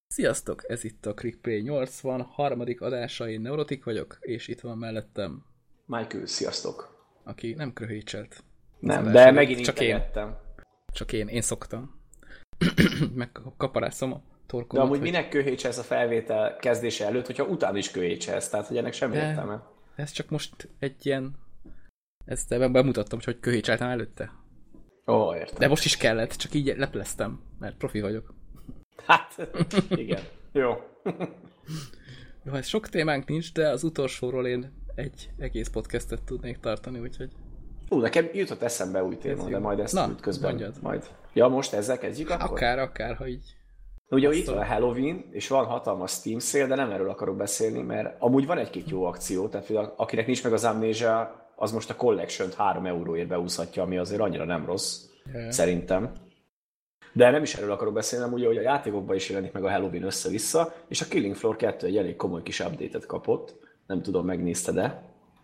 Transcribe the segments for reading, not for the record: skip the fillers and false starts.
Sziasztok, ez itt a ClickPlay 83. adása, én Neurotik vagyok, és itt van mellettem Michael, sziasztok! aki nem kröhécselt. Nem, de megint integettem. Csak én szoktam. Meg kaparászom a torkomat. De amúgy minek köhécselsz a felvétel kezdése előtt, hogyha utána is köhécselsz, tehát hogy ennek semmi értelme. Ez csak most egy ilyen... Ezt bemutattam, hogy köhécseltem előtte. Ó, értem. De most is kellett, csak így lepleztem, mert profi vagyok. Hát, igen. Jó. Jó, ez sok témánk nincs, de az utolsóról én egy egész podcastet tudnék tartani, úgyhogy... Nekem jutott eszembe új téma, de majd ezt úgy közben mondjad. Majd. Ja, most ezzel kezdjük akkor? Akár, ha így... Ugye itt van a Halloween, és van hatalmas Steam sale, de nem erről akarok beszélni, mert amúgy van egy-két jó akció, tehát akinek nincs meg az Amnesia, az most a Collection-t 3 euróért beúszhatja, ami azért annyira nem rossz, szerintem. De nem is erről akarok beszélni, ugye, hogy a játékokban is jelenik meg a Halloween össze-vissza, és a Killing Floor 2 egy elég komoly kis update-et kapott. Nem tudom, megnézted-e?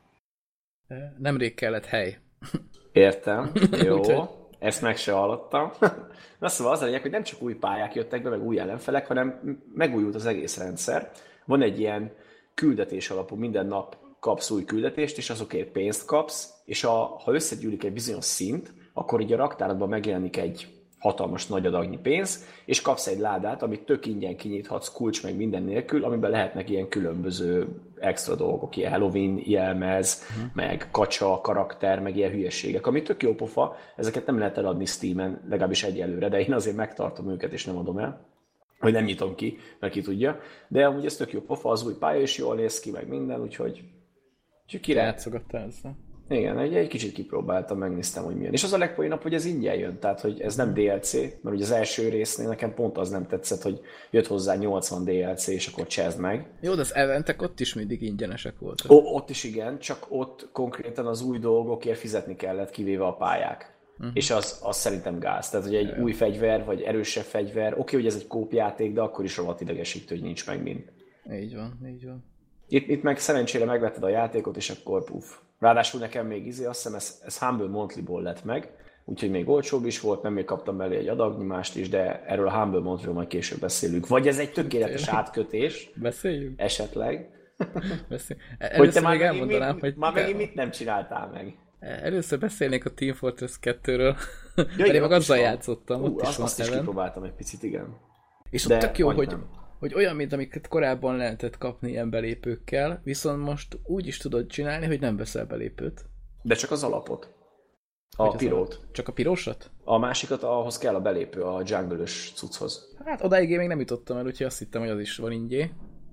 Nemrég kellett hely. Értem, jó. Ezt meg se hallottam. Na szóval az a lényeg, hogy nem csak új pályák jöttek be, meg új ellenfelek, hanem megújult az egész rendszer. Van egy ilyen küldetés alapú, minden nap kapsz új küldetést, és azokért pénzt kapsz, és ha összegyűlik egy bizonyos szint, akkor így a raktáradban megjelenik egy hatalmas nagy adagnyi pénz, és kapsz egy ládát, amit tök ingyen kinyithatsz kulcs meg minden nélkül, amiben lehetnek ilyen különböző extra dolgok, ilyen Halloween jelmez, meg kacsa, karakter, meg ilyen hülyeségek, ami tök jó pofa, ezeket nem lehet eladni Steamen, legalábbis egyelőre, de én azért megtartom őket, és nem adom el, hogy nem nyitom ki, mert ki tudja, de amúgy ez tök jó pofa, az új pálya is jól néz ki, meg minden, úgyhogy kirátszogattál ezzel. Igen, egy kicsit kipróbáltam, megnéztem, hogy milyen. És az a legpoénabb, hogy ez ingyen jön, tehát hogy ez nem DLC, mert ugye az első résznél nekem pont az nem tetszett, hogy jött hozzá 80 DLC, és akkor csezd meg. Jó, de az eventek ott is mindig ingyenesek voltak. Ott is igen, csak ott konkrétan az új dolgokért fizetni kellett, kivéve a pályák. És az szerintem gáz. Tehát, hogy egy új fegyver, vagy erősebb fegyver, oké, hogy ez egy kópjáték, de akkor is rohadt idegesítő, hogy nincs meg mind. Így van. Itt meg szerencsére megvetted a játékot, és akkor puf. Ráadásul nekem még azt hiszem ez Humble Monthly-ból lett meg, úgyhogy még olcsóbb is volt, nem még kaptam belé egy adagnyi mást is, de erről a Humble Monthly-ról majd később beszélünk. Vagy ez egy tökéletes átkötés. Beszéljünk. Esetleg. Hogy te már elmondanám, hogy... Már megint mit nem csináltál meg? Először beszélnék a Team Fortress 2-ről, mert én meg azzal játszottam. Azt is kipróbáltam egy picit, igen. És ott tök jó, hogy olyan, mint amiket korábban lehetett kapni ilyen belépőkkel, viszont most úgy is tudod csinálni, hogy nem veszel belépőt. De csak az alapot. A pirót. Csak a pirósat? A másikat ahhoz kell a belépő, a jungle-ös cucchoz. Hát odáig én még nem jutottam el, úgyhogy azt hittem, hogy az is van ingyé.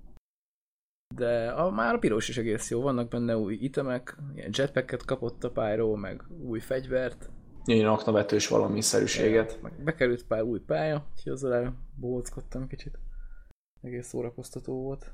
De már a pirós is egész jó, vannak benne új itemek, ilyen jetpacket kapott a Pyro, meg új fegyvert. Ilyen aknavetős valami szerűséget. Meg bekerült pár új pálya, úgyhogy azzal elbohóckodtam kicsit. Egész szórakoztató volt.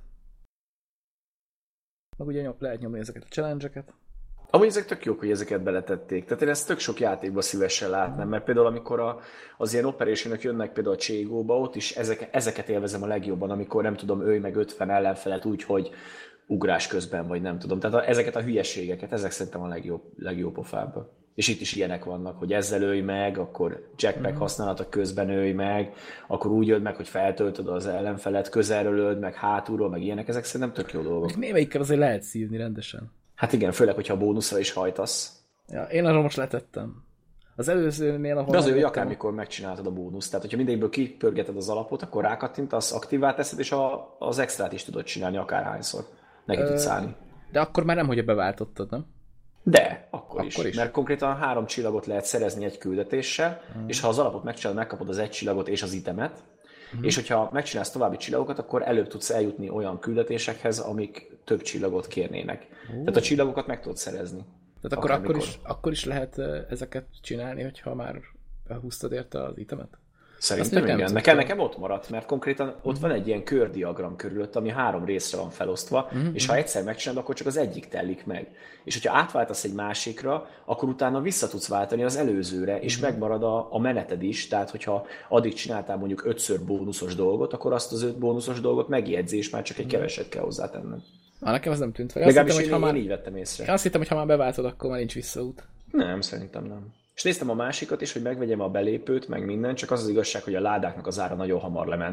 Meg ugye lehet nyomni ezeket a challenge-eket. Amúgy ezek tök jók, hogy ezeket beletették. Tehát én ezt tök sok játékban szívesen látnám, mert például amikor az ilyen operation-ök jönnek például a Cségóba, ott is ezeket élvezem a legjobban, amikor nem tudom, ölj meg 50 ellenfelet úgy, hogy ugrás közben, vagy nem tudom. Tehát ezeket a hülyeségeket, ezek szerintem a legjobb pofább. És itt is ilyenek vannak, hogy ezzel ölj meg, akkor jackpack használata közben ölj meg, akkor úgy öld meg, hogy feltöltöd az ellenfelet, közelről öld meg, hátulról, meg ilyenek, ezek szerintem tök jó dolgok. Némelyikkel azért lehet szívni rendesen. Hát igen, főleg, hogyha a bónuszra is hajtasz. Ja, én arra most letettem. Az előzőnél, ahol... De azért, hogy akármikor megcsináltad a bónuszt. Tehát, hogyha mindegyikből kipörgeted az alapot, akkor rákattintasz, aktivá teszed, és az extrát is tudod csinálni akárhányszor. Neki tudsz állni. De akkor már nem, hogy beváltottad, nem? De, akkor is. Mert konkrétan 3 csillagot lehet szerezni egy küldetéssel, és ha az alapot megcsinálod, megkapod az 1 csillagot és az itemet, és hogyha megcsinálsz további csillagokat, akkor előbb tudsz eljutni olyan küldetésekhez, amik több csillagot kérnének. Tehát a csillagokat meg tudod szerezni. Tehát akkor is lehet ezeket csinálni, hogyha már behúztad érte az itemet? Szerintem igen. Nekem ott maradt, mert konkrétan ott van egy ilyen kördiagram körülött, ami 3 részre van felosztva, és ha egyszer megcsinálod, akkor csak az egyik telik meg. És hogyha átváltasz egy másikra, akkor utána vissza tudsz váltani az előzőre, és megmarad a meneted is, tehát hogyha addig csináltál mondjuk 5-ször bónuszos dolgot, akkor azt az 5 bónuszos dolgot megjegyzi, és már csak egy keveset kell hozzátenned. Nekem ez nem tűnt fel. Legalábbis én így vettem észre. Én azt hittem, hogy ha már beváltod, akkor már nincs visszaút. Nem, szerintem nem. És néztem a másikat is, hogy megvegyem a belépőt, meg minden, csak az az igazság, hogy a ládáknak az ára nagyon hamar lement.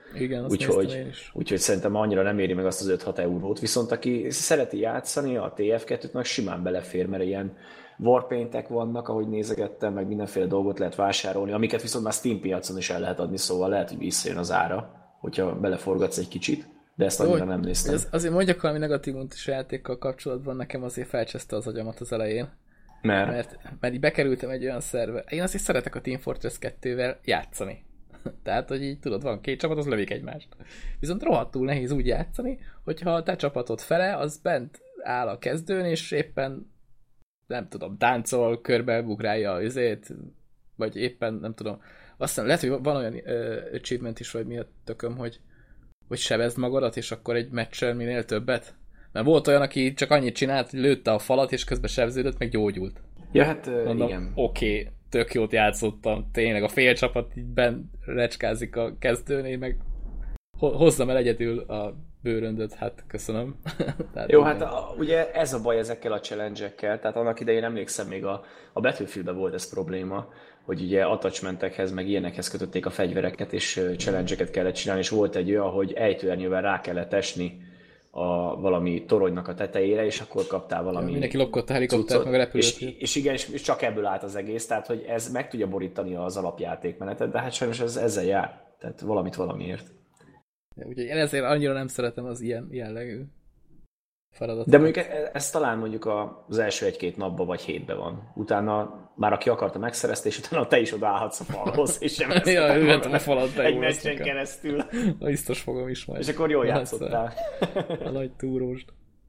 Igen, azt néztem én is. Úgyhogy szerintem annyira nem éri meg azt az 5-6 eurót. Viszont aki szereti játszani, a TF2-nek simán belefér, mert ilyen warpaintek vannak, ahogy nézegettem, meg mindenféle dolgot lehet vásárolni, amiket viszont már Steam piacon is el lehet adni, szóval lehet, hogy visszajön az ára, hogyha beleforgatsz egy kicsit, de ezt annyira nem néztem. Azért mondjak valami negatívumot is a játékkal kapcsolatban, nekem azért felcseszte az agyamat az elején. Mert így bekerültem egy olyan szerve. Én azért szeretek a Team Fortress 2-vel játszani. Tehát, hogy így tudod, van két csapat, az lövik egymást. Viszont rohadtul nehéz úgy játszani, hogyha a te csapatod fele, az bent áll a kezdőn, és éppen nem tudom, táncol, körbe bugrálja az üzét, vagy éppen, nem tudom. Aztán lehet, hogy van olyan achievement is, vagy mi a tököm, hogy sebezd magadat, és akkor egy meccsen minél többet. Mert volt olyan, aki csak annyit csinált, hogy lőtte a falat, és közben sebződött, meg gyógyult. Ja, hát mondom, igen. Oké, tök jót játszottam, tényleg a fél csapat így benn recskázik a kezdőnél, meg hozzam el egyedül a bőröndöt, hát köszönöm. Jó, hát ugye ez a baj ezekkel a challenge-ekkel, tehát annak idején emlékszem, még a Battlefieldben volt ez probléma, hogy ugye attachmentekhez, meg ilyenekhez kötötték a fegyvereket, és challenge-eket kellett csinálni, és volt egy olyan, hogy ejtőernyővel rá kellett esni valami toronynak a tetejére, és akkor kaptál valami... Mindenki lokkott a helikoptert, meg a repülőt. És igen, és csak ebből állt az egész, tehát hogy ez meg tudja borítani az alapjátékmenetet, de hát sajnos ez ezzel jár, tehát valamit valamiért. Úgyhogy én ezért annyira nem szeretem az ilyen jellegű feladatot. De mondjuk ez talán mondjuk az első egy-két napban vagy hétben van. Utána már aki akarta megszerezte, és utána te is odaállhatsz a falhoz, és sem a falat egy meccsen keresztül. Biztos fogom is majd. És akkor jól játszottál. A nagy túróst.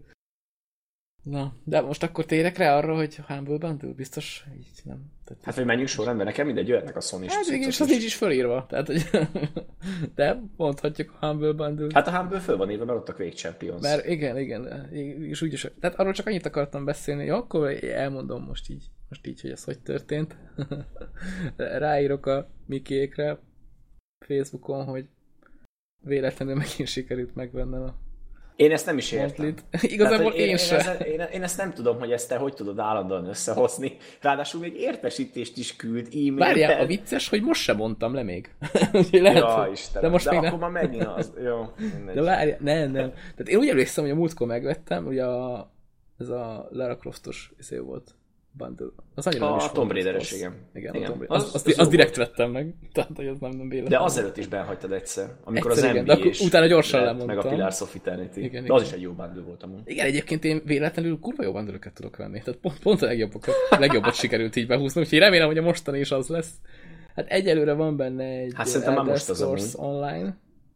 Na, de most akkor térek rá arra, hogy Humble Bundle biztos így nem. Tehát hát, hogy menjünk sorrendben, nekem mindegy, jöhetnek a Sony-s. Hát végül is az nincs is fölírva. Tehát, hogy de mondhatjuk a Humble Bundle. Hát a Humble föl van írva, mert ott a Quake Champions. Mert igen, és úgy is. Tehát arról csak annyit akartam beszélni, jó, akkor elmondom most így, hogy ez hogy történt. Ráírok a Mikiékre Facebookon, hogy véletlenül megint sikerült megvennem a én ezt nem is értem. Igazából én sem. Én ezt nem tudom, hogy ezt te hogy tudod állandóan összehozni. Ráadásul még értesítést is küld e-mailben. Várjál, a vicces, hogy most sem mondtam le még. Lehet, ja, Istenem. De most de még akkor már megint az... Jó, de várjál, nem. Tehát én úgy emlékszem, hogy a múltkor megvettem, ugye ez a Lara Croftos volt. Bundle. Az annyira nem is a Tomb Raider-es, igen. Az direkt vettem meg. Tehát, hogy az nem véletlen. De azelőtt is benhagytad egyszer. Amikor egyszer, az NBA és utána gyorsan lemondtam. Meg a Pillars of Eternity. Igen, de az is egy jó bundle volt amúgy. Igen, egyébként én véletlenül kurva jó bundle-öket tudok venni. Tehát pont a legjobbat sikerült így behúzni. Úgyhogy remélem, hogy a mostani is az lesz. Hát egyelőre van benne egy Elder Scrolls Online,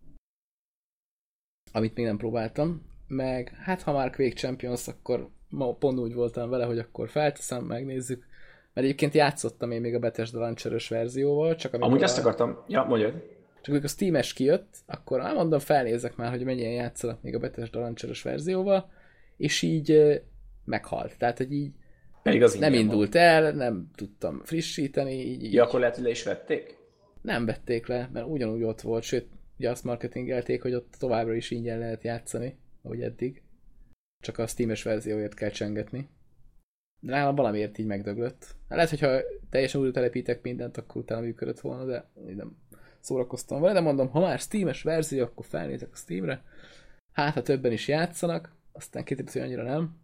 amit még nem próbáltam. Meg hát ha már Quake Champions, akkor ma pont úgy voltam vele, hogy akkor felteszem, megnézzük. Mert egyébként játszottam én még a Bethesda Launcher-ös verzióval. Csak amúgy azt akartam, mondjad. Csak amikor a Steam-es kijött, akkor mondom, felnézek már, hogy mennyien játszanak még a Bethesda Launcher-ös verzióval, és így meghalt. Tehát, hogy így nem indult el, nem tudtam frissíteni. Így. Ja, akkor lehet, hogy le is vették? Nem vették le, mert ugyanúgy ott volt, sőt, ugye azt marketingelték, hogy ott továbbra is ingyen lehet játszani, ahogy eddig. Csak a Steam-es verzióját kell csengetni. De nálam valamiért így megdöglött. Lehet, hogyha teljesen újra telepítek mindent, akkor utána működött volna, de nem szórakoztam vele. De mondom, ha már Steam-es verzió, akkor felnézek a Steamre. Hát, ha többen is játszanak, aztán kiderült, hogy annyira nem.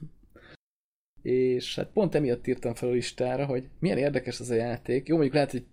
És hát pont emiatt írtam fel a listára, hogy milyen érdekes az a játék. Jó, mondjuk lehet, hogy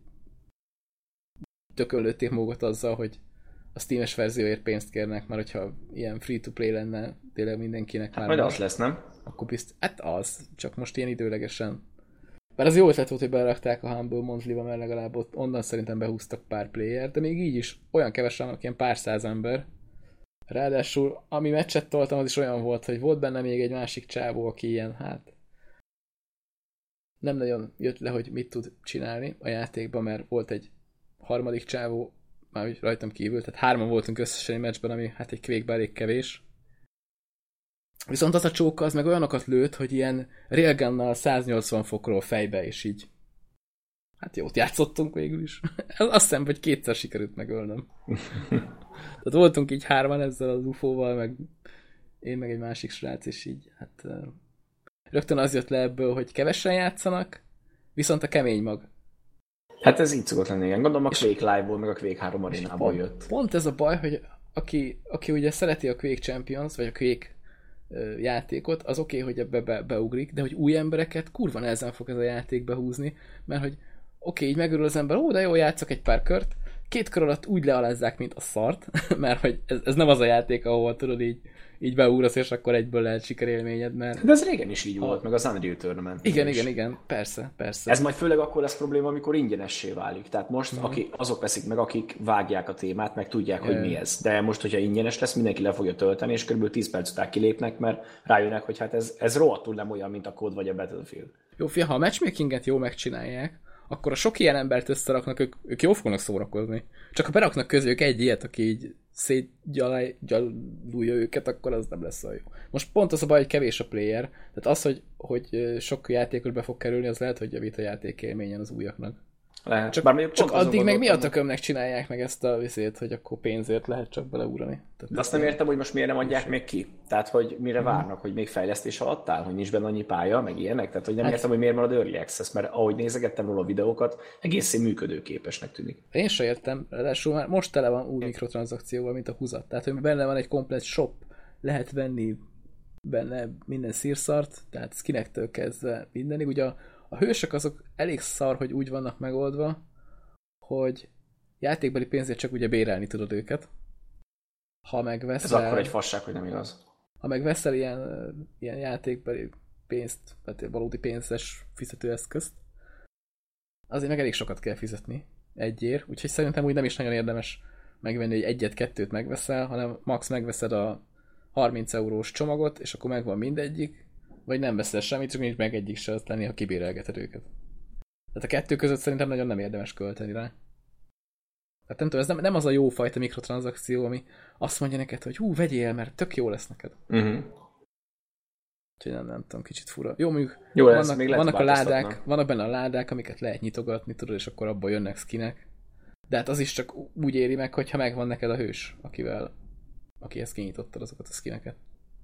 tökön magukat azzal, hogy a Steam-es verzióért pénzt kérnek, mert hogyha ilyen free-to-play lenne tényleg mindenkinek már... Majd az lesz, nem? Akkor hát az, csak most ilyen időlegesen. Bár az jó ötlet volt, hogy berakták a Humble Monthly-ba, mert legalább ott onnan szerintem behúztak pár player, de még így is olyan kevesen vannak, ilyen pár száz ember. Ráadásul, ami meccset toltam, az is olyan volt, hogy volt benne még egy másik csávó, aki ilyen, hát nem nagyon jött le, hogy mit tud csinálni a játékban, mert volt egy harmadik csávó, már úgy rajtam kívül, tehát 3-an voltunk összesen egy meccsben, ami hát egy Quake-ben elég kevés. Viszont az a csóka, az meg olyanokat lőtt, hogy ilyen railgunnal 180 fokról fejbe, és így hát jót játszottunk végül is. Azt hiszem, hogy kétszer sikerült megölnöm. Tehát voltunk így 3-an ezzel az UFO-val, meg én meg egy másik srác, és így hát rögtön az jött le ebből, hogy kevesen játszanak, viszont a kemény mag Hát ez így szokott lenni, igen. Gondolom a Quake Live-ból, meg a Quake 3 arénából jött. Pont ez a baj, hogy aki ugye szereti a Quake Champions, vagy a Quake játékot, az oké, hogy ebbe beugrik, de hogy új embereket kurva nehezen fog ez a játék behúzni, mert hogy így megörül az ember, de jó, játszok egy pár kört, 2 kör alatt úgy lealázzák, mint a szart, mert hogy ez nem az a játék, ahol tudod így beugrasz, és akkor egyből lehet sikerélményed, mert... De ez régen is így volt, meg az Unreal Tournament. Igen, persze. Ez majd főleg akkor lesz probléma, amikor ingyenessé válik. Tehát most azok veszik meg, akik vágják a témát, meg tudják, hogy mi ez. De most, hogyha ingyenes lesz, mindenki le fogja tölteni, és kb. 10 perc után kilépnek, mert rájönnek, hogy hát ez rohadtul nem olyan, mint a Code vagy a Battlefield. Jó, fia, ha a matchmakinget jól megcsinálják, akkor a sok ilyen embert összeraknak, ők jól fognak szórakozni. Csak ha beraknak közéjük egy ilyet, aki így szétgyalulja őket, akkor az nem lesz olyan jó. Most pont az a baj, hogy kevés a player, tehát az, hogy sok játékos be fog kerülni, az lehet, hogy javít a játék élményen az újaknak. Lehet. Csak addig meg mi a tökömnek csinálják meg ezt a viszét, hogy akkor pénzért lehet csak beleugrani. De azt nem értem, hogy most miért nem adják még ki. Tehát, hogy mire várnak, hogy még fejlesztés alatt áll, hogy nincs benne annyi pálya, meg ilyenek. Tehát, hogy nem értem, hogy miért marad Early Access, mert ahogy nézegettem róla a videókat, egészen működőképesnek tűnik. Én se értem, ráadásul már most tele van új mikrotranszakcióval, mint a húzat. Tehát, hogy benne van egy komplet shop, lehet venni benne minden szírszart, tehát skinektől kezdve mindenig. Ugye a hősök azok elég szar, hogy úgy vannak megoldva, hogy játékbeli pénzért csak ugye bérelni tudod őket. Ha megveszel... Ez akkor egy fasság, hogy nem igaz. Ha megveszel ilyen játékbeli pénzt, tehát valódi pénzes fizetőeszközt, azért meg elég sokat kell fizetni egyért, úgyhogy szerintem úgy nem is nagyon érdemes megvenni, hogy egyet-kettőt megveszel, hanem max megveszed a 30 eurós csomagot, és akkor megvan mindegyik, vagy nem veszel semmit, csak nincs meg egyik se, azt lenni, ha kibérelgeted őket. Tehát a kettő között szerintem nagyon nem érdemes költeni rá. Tehát nem tudom, ez nem az a jó fajta mikrotranszakció, ami azt mondja neked, hogy vegyél, mert tök jó lesz neked. Úgyhogy nem tudom, kicsit fura. Jó, mondjuk jó, vannak a ládák, vannak benne a ládák, amiket lehet nyitogatni, tudod, és akkor abból jönnek skinek. De hát az is csak úgy éri meg, hogyha megvan neked a hős, akihez kinyitottad azokat a skineket.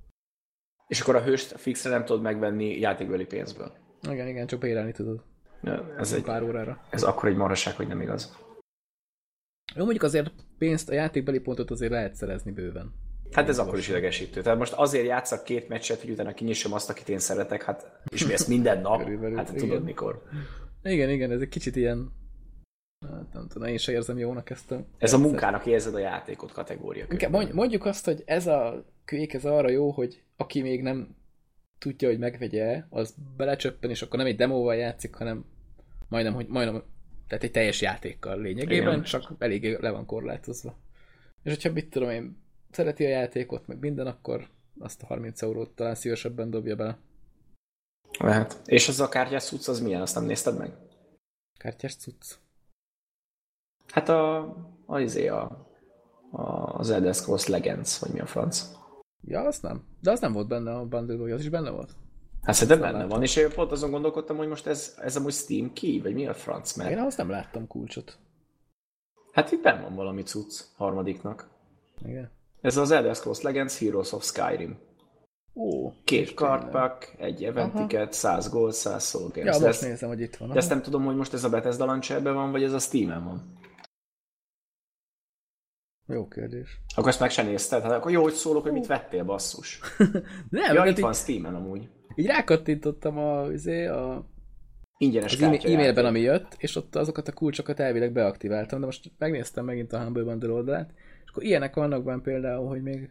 És akkor a hőst fixre nem tudod megvenni játékbeli pénzből. Igen, csak bérelni tudod. Ja, ez egy pár órára. Ez akkor egy marhaság, hogy nem igaz. Jó, mondjuk azért pénzt, a játékbeli pontot azért lehet szerezni bőven. Hát ez akkor is idegesítő. Tehát most azért játszak 2 meccset, hogy utána kinyissam azt, akit én szeretek, hát, és mi ezt minden nap, hát tudod mikor. Igen, ez egy kicsit ilyen, nem tudom, én se érzem jónak ezt a... Ez a munkának érzed a játékot kategória. Mondjuk azt, hogy ez a Quake, ez arra jó, hogy aki még nem tudja, hogy megvegye, az belecsöppen, és akkor nem egy demóval játszik, hanem majdnem, tehát egy teljes játékkal lényegében, igen. Csak eléggé le van korlátozva. És hogyha mit tudom én, szereti a játékot, meg minden, akkor azt a 30 eurót talán szívesebben dobja bele. Lehet. És az a kártyás cucc, az milyen? Azt nem nézted meg? Kártyás cucc? Hát az Elder Scrolls Legends, vagy mi a franc. Ja, azt nem. De az nem volt benne a bundle-ban, az is benne volt? Hát szerintem benne van, és én pont azon gondolkodtam, hogy most ez amúgy Steam key, vagy mi a franc? Mert... Én ahhoz nem láttam kulcsot. Hát itt benne van valami cucc harmadiknak. Igen. Ez az Elder Scrolls Legends Heroes of Skyrim. Ó. 2 cardpack, egy event ticket, 100 gold, 100 soul games. Ja, most nézem, hogy itt van. De ezt nem tudom, hogy most ez a Bethesda launcherben van, vagy ez a Steam-en van. Jó kérdés. Akkor ezt meg sem nézted? Hát akkor jó, hogy szólok, hogy mit vettél, basszus. Nem, ja, itt van Steam-en amúgy. Így rákattintottam ingyenes az e-mailben, ami jött, és ott azokat a kulcsokat elvileg beaktiváltam, de most megnéztem megint a Humble Bundle oldalát, és akkor ilyenek vannak benne például, hogy még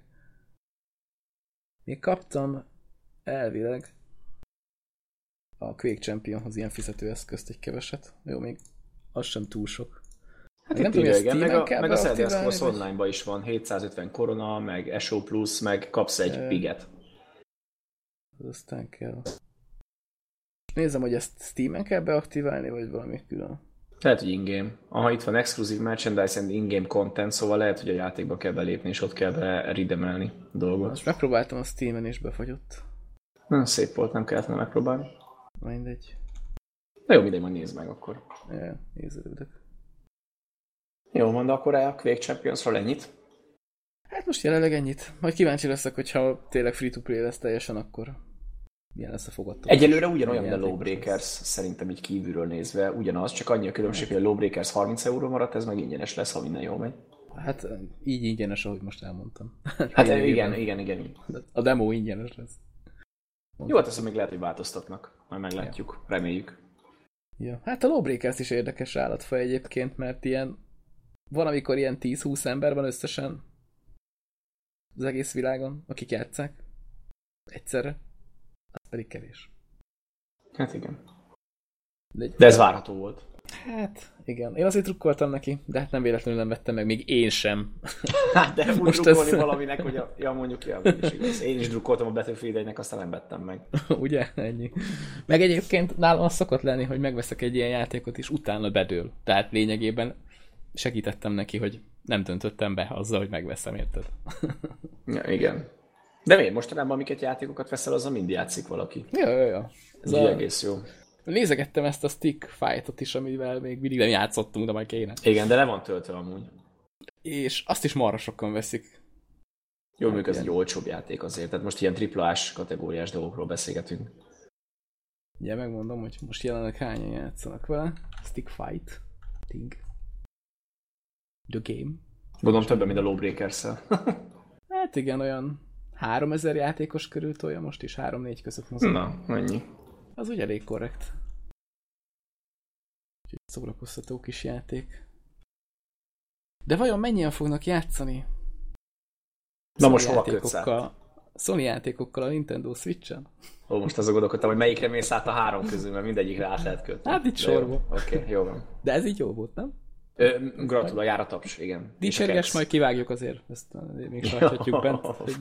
kaptam elvileg a Quake Championhoz ilyen fizetőeszközt egy keveset. Jó, még az sem túl sok. Hát nem tudom, igen, meg a Elder Scrolls Online-ban is van 750 korona, meg SO Plus, meg kapsz egy piget. Aztán kell. Nézem, hogy ezt Steam-en kell beaktiválni, vagy valami külön. Lehet, hogy in-game. Aha, itt van exclusive merchandise and in-game content, szóval lehet, hogy a játékba kell belépni, és ott kell redeemelni a dolgot. Most megpróbáltam a Steam-en, és befagyott. Nagyon szép volt, nem kellett megpróbálni. Mindegy. Na jó, mindegy, majd nézd meg akkor. Ja, néződök. Jó, mondd akkor el a Quake Championsról ennyit? Hát most jelenleg ennyit. Majd kíváncsi leszek, hogyha tényleg free-to-play lesz teljesen, akkor milyen lesz a fogadtatás. Egyelőre ugyanolyan, mint a Lawbreakers, szerintem így kívülről nézve ugyanaz, csak annyi a különbség, hogy a Lawbreakers 30 euró maradt, ez meg ingyenes lesz, ha minden jól megy. Hát így ingyenes, ahogy most elmondtam. Hát igen. A demo ingyenes lesz. Jó, hát ezt még lehet, hogy változtatnak. Majd meglátjuk, reméljük. Ja. Hát a Lawbreakers is érdekes állatfaj egyébként, mert van, amikor ilyen 10-20 ember van összesen az egész világon, akik játsszák egyszerre. Az pedig kevés. Hát igen. De ez várható volt. Hát, igen. Én azért drukkoltam neki, de hát nem véletlenül nem vettem meg, még én sem. Hát, de úgy drukkolni valaminek, hogy mondjuk, én is drukkoltam a Battlefield 1-nek, aztán nem vettem meg. Ugye? Ennyi. Meg egyébként nálam az szokott lenni, hogy megveszek egy ilyen játékot, és utána bedől. Tehát lényegében segítettem neki, hogy nem döntöttem be azzal, hogy megveszem, érted? Ja, igen. De miért? Mostanában amiket játékokat veszel, azzal mind játszik valaki. Ja. Ez egész jó. Nézegettem ezt a Stick Fight-ot is, amivel még mindig nem játszottunk, de majd kéne. Igen, de le van töltve amúgy. És azt is marra sokan veszik. Jó, mondjuk ez egy olcsóbb játék azért, tehát most ilyen triplás kategóriás dolgokról beszélgetünk. Ugye, megmondom, hogy most jelenleg hányan játszanak vele. Stick Fight. The Game. Gondolom többen, mint a Lawbreakers-szel. Hát igen, olyan 3000 játékos körül tolja most is, 3-4 között mozog. Na, ennyi. Az úgy elég korrekt. Úgyhogy szórakoztató kis játék. De vajon mennyien fognak játszani? Na most hova kötsz át? Sony játékokkal a Nintendo Switch-en? Ó, most azon gondolkodtam, hogy melyikre mész át a 3 közül, mert mindegyikre át lehet kötni. Hát itt sorba. Oké, jó van. De ez így jó volt, nem? Gratulál, jár a taps, igen. Dicserges, majd kivágjuk azért. Ezt még tarthatjuk bent.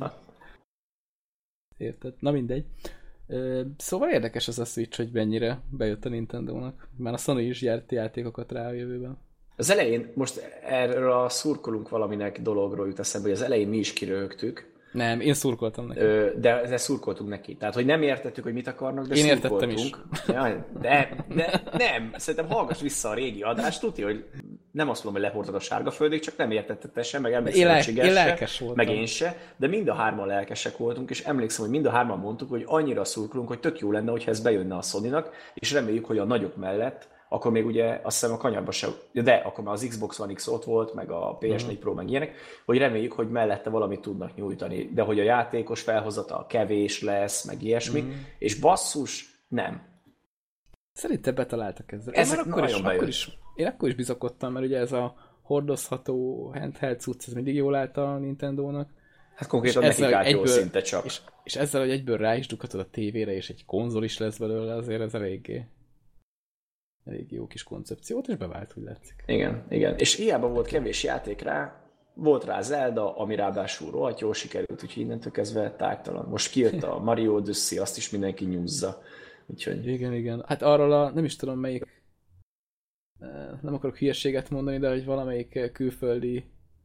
Érted? Na mindegy. Szóval érdekes az a Switch, hogy mennyire bejött a Nintendónak. Már a Sony is gyárt játékokat rá a jövőben. Az elején, most erről a szurkolunk valaminek dologról jut eszembe, hogy az elején mi is kirögtük. Nem, én szurkoltam neki. De szurkoltunk neki. Tehát, hogy nem értettük, hogy mit akarnak, de én szurkoltunk. értettem is. Ja, de nem. Szerintem hallgass vissza a régi adást, tudja, hogy nem azt mondom, hogy leportad a sárga földig, csak nem értetted te sem, meg emlékszem, hogy én lelkes voltam. meg én se, de mind a hárman lelkesek voltunk, és emlékszem, hogy mind a hárman mondtuk, hogy annyira szurkolunk, hogy tök jó lenne, hogyha ez bejönne a Sony-nak, és reméljük, hogy a nagyok mellett, akkor még ugye azt hiszem a kanyarba se, de akkor már az Xbox One X ott volt, meg a PS4 Pro, meg ilyenek, hogy reméljük, hogy mellette valamit tudnak nyújtani, de hogy a játékos felhozata kevés lesz, meg ilyesmi, és basszus, nem. Szerintem betaláltak ezzel. Én akkor is bizakodtam, mert ugye ez a hordozható handheld cucc, ez mindig jól állt a Nintendónak. Hát konkrétan nekik állt jól szinte csak. És ezzel, hogy egyből rá is dughatod a tévére, és egy konzol is lesz belőle, azért ez elég jó kis koncepciót, és bevált, hogy látszik. Igen. És hiába volt kevés játék rá, volt rá Zelda, ami ráadásul rohadt jól sikerült, úgyhogy innentől kezdve tágtalan. Most kijött a Mario Odyssey, azt is mindenki nyúzza. Úgyhogy... Igen. Hát arról nem is tudom melyik, nem akarok hülyeséget mondani, de hogy valamelyik külföldi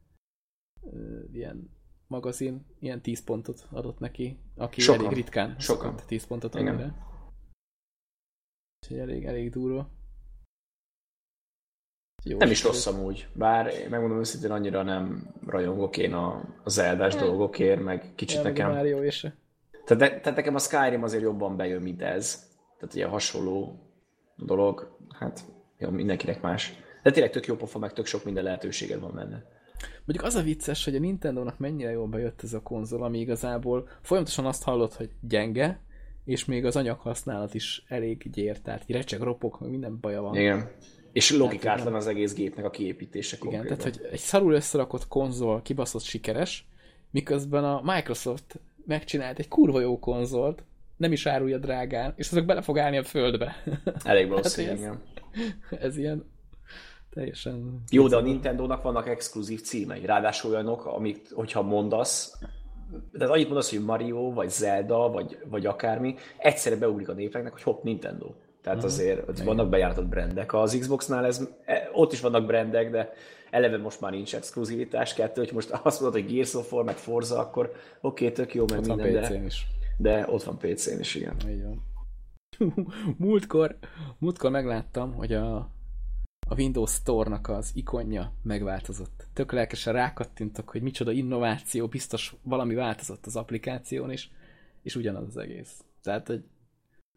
ilyen magazin ilyen 10 pontot adott neki, aki sokan. Elég ritkán szokott 10 pontot adni rá. Úgyhogy elég durva. Jó, nem is rossz amúgy, bár megmondom őszintén, annyira nem rajongok én a Zeldás dolgokért, meg kicsit nekem... Tehát nekem a Skyrim azért jobban bejön, mint ez. Tehát ugye hasonló dolog, hát jó, mindenkinek más. De tényleg tök jó pofa, meg tök sok minden lehetőséged van benne. Mondjuk az a vicces, hogy a Nintendónak mennyire jól bejött ez a konzol, ami igazából folyamatosan azt hallott, hogy gyenge, és még az anyaghasználat is elég gyér, tehát recseg, ropog, meg minden baja van. Igen. És logikátlan az egész gépnek a kiépítése konkrétan. Igen, tehát hogy egy szarul összerakott konzol kibaszott sikeres, miközben a Microsoft megcsinált egy kurva jó konzolt, nem is árulja drágán, és azok bele fog állni a földbe. Elég valószínű, igen. Ez ilyen teljesen... Jó, de a Nintendónak vannak exkluzív címei, ráadásul olyanok, amit, hogyha mondasz, tehát annyit mondasz, hogy Mario, vagy Zelda, vagy akármi, egyszerre beugrik a népeknek, hogy hopp, Nintendo. Tehát azért vannak bejáratott brandek. Az Xboxnál ott is vannak brandek, de eleve most már nincs exkluzivitás. hogy most azt mondod, hogy Gears of War, meg Forza, akkor oké, tök jó, meg ott minden, van PC-n is. De ott van PC-n is, igen. Így van. Múltkor megláttam, hogy a Windows Store-nak az ikonja megváltozott. Tök lelkesen rákattintok, hogy micsoda innováció, biztos valami változott az applikáción is, és ugyanaz az egész. Tehát, hogy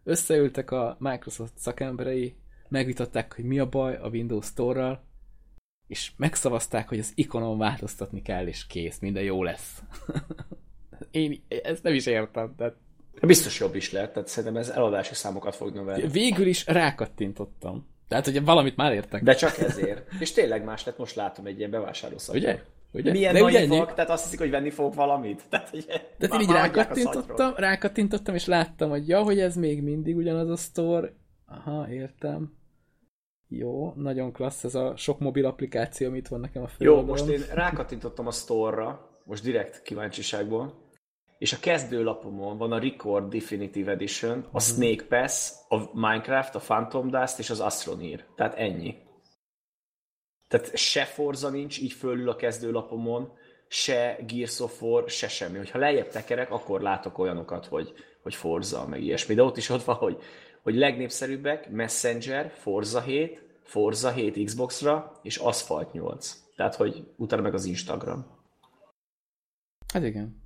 Összeültek a Microsoft szakemberei, megvitatták, hogy mi a baj a Windows Store-ral, és megszavazták, hogy az ikonon változtatni kell, és kész, minden jó lesz. Én ezt nem is értem. Tehát... Biztos jobb is lehet, tehát szerintem ez eladási számokat fog növelni. Végül is rákattintottam. Tehát, hogy valamit már értek. De csak ezért. És tényleg más lett, most látom egy ilyen bevásárlószakot. Ugye? Milyen naivak, tehát azt hiszik, hogy venni fogok valamit. Tehát én így rákattintottam, és láttam, hogy ja, hogy ez még mindig ugyanaz a store. Aha, értem. Jó, nagyon klassz ez a sok mobil applikáció, amit van nekem a főoldalon. Jó, most én rákattintottam a store-ra, most direkt kíváncsiságból, és a kezdőlapomon van a Record Definitive Edition, a Snake Pass, a Minecraft, a Phantom Dust és az Astroneer. Tehát ennyi. Tehát se Forza nincs így fölül a kezdőlapomon, se Gears of War, se semmi. Hogyha lejjebb tekerek, akkor látok olyanokat, hogy Forza, meg ilyesmi. De ott van, hogy legnépszerűbbek, Messenger, Forza 7 Xbox-ra, és Asphalt 8. Tehát, hogy utána meg az Instagram. Hát igen.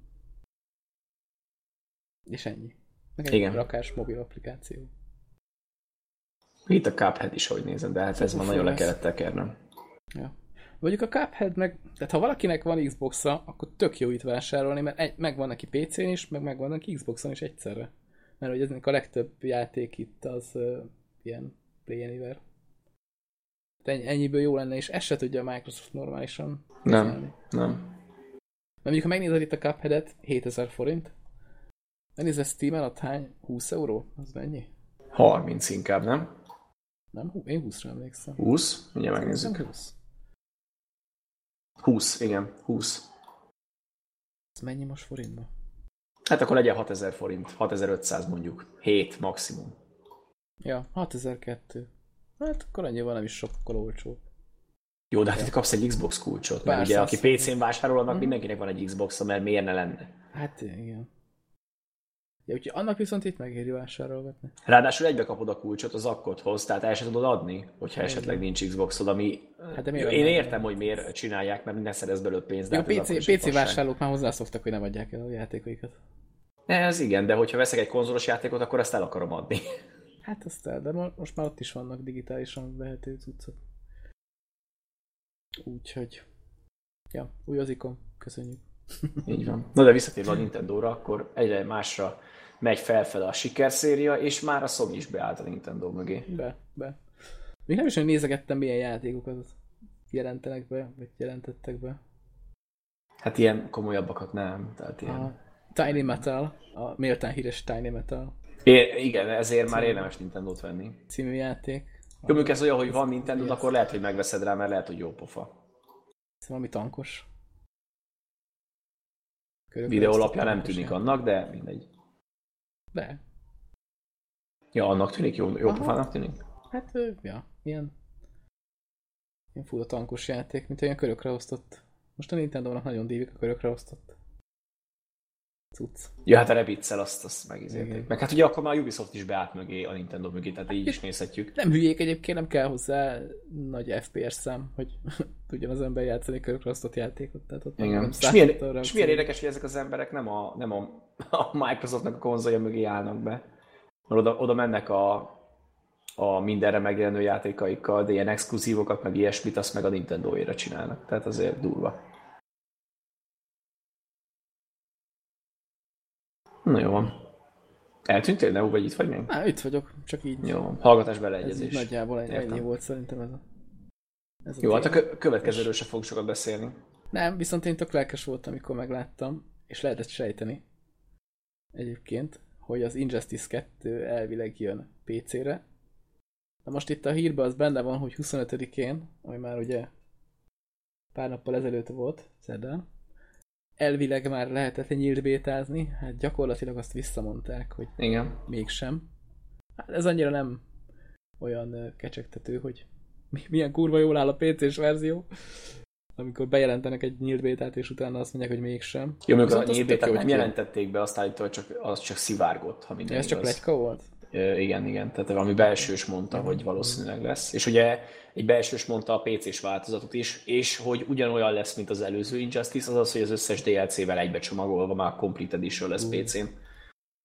És ennyi. Meg egy rakás mobil applikáció. Itt a Cuphead is, hogy nézem, de hát ez már nagyon le kellett tekernem. Ja. Mondjuk a Cuphead meg, tehát ha valakinek van Xbox-a, akkor tök jó itt vásárolni, mert megvan neki PC-n is, meg megvan neki Xbox-on is egyszerre. Mert hogy eznek a legtöbb játék itt az ilyen Play Anywhere. Ennyiből jó lenne, és ezt se tudja a Microsoft normálisan kezelni. Nem. Mert mondjuk, ha megnézed itt a Cupheadet, 7000 forint. Megnézed Steam-en, ott hány? 20 euró? Az mennyi? 30 inkább, nem? Nem? Én 20-ra emlékszem. 20? Mindjárt megnézzük. 20. 20, igen, 20. Ez mennyi most forintba? Hát akkor legyen 6000 forint, 6500 mondjuk. 7 maximum. Ja, 6002. Hát akkor annyival nem is sokkal olcsó. Jó, de hát itt kapsz egy Xbox kulcsot, mert ugye aki PC-n vásárol, annak mindenkinek van egy Xbox-a, mert miért ne lenne? Hát igen. Ja, úgyhogy annak viszont itt megéri vásárolgatni. Ráadásul egybe kapod a kulcsot az akkodhoz, tehát el sem tudod adni, hogyha esetleg nincs Xboxod, ami... Hát én értem, hogy miért csinálják, mert ne szerez belőle pénzt. A PC vásárlók már hozzászoktak, hogy nem adják el a játékaikat. Ez igen, de hogyha veszek egy konzolos játékot, akkor azt el akarom adni. Hát azt el, de most már ott is vannak digitálisan vehető cuccok. Úgyhogy... Ja, új az ikon. Köszönjük. Így van. Na de visszatérve a Nintendóra, akkor egyre másra megy felfele a sikerszéria, és már a Sony is beállt a Nintendo mögé. Be. Még nem is, hogy nézegettem, milyen játékokat jelentenek be, vagy jelentettek be. Hát ilyen komolyabbakat nem. Tehát ilyen... A Tiny Metal, a méltán híres Tiny Metal. Igen, ezért már érdemes Nintendót venni. Című játék. Jó, mondjuk ez olyan, hogy van Nintendo, akkor lehet, hogy megveszed rá, mert lehet, hogy jó pofa. Ez valami tankos. Videó alapján nem tűnik annak, de mindegy. De. Ja, annak tűnik? Jó pofának tűnik? Hát, ja, ilyen full tankos játék, mint olyan körökre osztott. Most a Nintendo-nak nagyon dívik a körökre osztott cucc. Ja, hát a Rabbids-el azt megizélték. Meg hát ugye akkor már a Ubisoft is beállt mögé, a Nintendo mögé, tehát így is nézhetjük. Nem hülyék egyébként, nem kell hozzá nagy FPS szám, hogy tudjon az ember játszani körökre osztott játékot. Tehát ott igen. És milyen érdekes, hogy ezek az emberek nem a Microsoftnak a konzolja mögé állnak be. Mert oda mennek a mindenre megjelenő játékaikkal, de ilyen exkluzívokat, meg ilyesmit, azt meg a Nintendo-ére csinálnak. Tehát azért durva. Na jó van. Eltűntél, ne vagy itt vagy még? Itt vagyok, csak így. Jó, hallgatás beleegyezés. Ez nagyjából ennyi volt szerintem ez a jó, hát a következőről se fogunk sokat beszélni. Nem, viszont én tök lelkes voltam, amikor megláttam, és lehetett sejteni egyébként, hogy az Injustice 2 elvileg jön PC-re. Na most itt a hírben az benne van, hogy 25-én, ami már ugye pár nappal ezelőtt volt, szerdán, elvileg már lehetett nyílt bétázni, hát gyakorlatilag azt visszamondták, hogy igen. Mégsem. Hát ez annyira nem olyan kecsegtető, hogy milyen kurva jól áll a PC-s verzió, amikor bejelentenek egy nyílt bétát, és utána azt mondják, hogy mégsem. Jó, amikor a nyílt bétát nem jelentették be, azt állítólag az csak szivárgott, ha minden ez csak pletyka volt? Igen. Tehát valami belsős mondta, hogy valószínűleg lesz. És ugye egy belsős mondta a PC-s változatot is, és hogy ugyanolyan lesz, mint az előző Injustice, azaz, hogy az összes DLC-vel egybecsomagolva már Complete Edition lesz PC-n.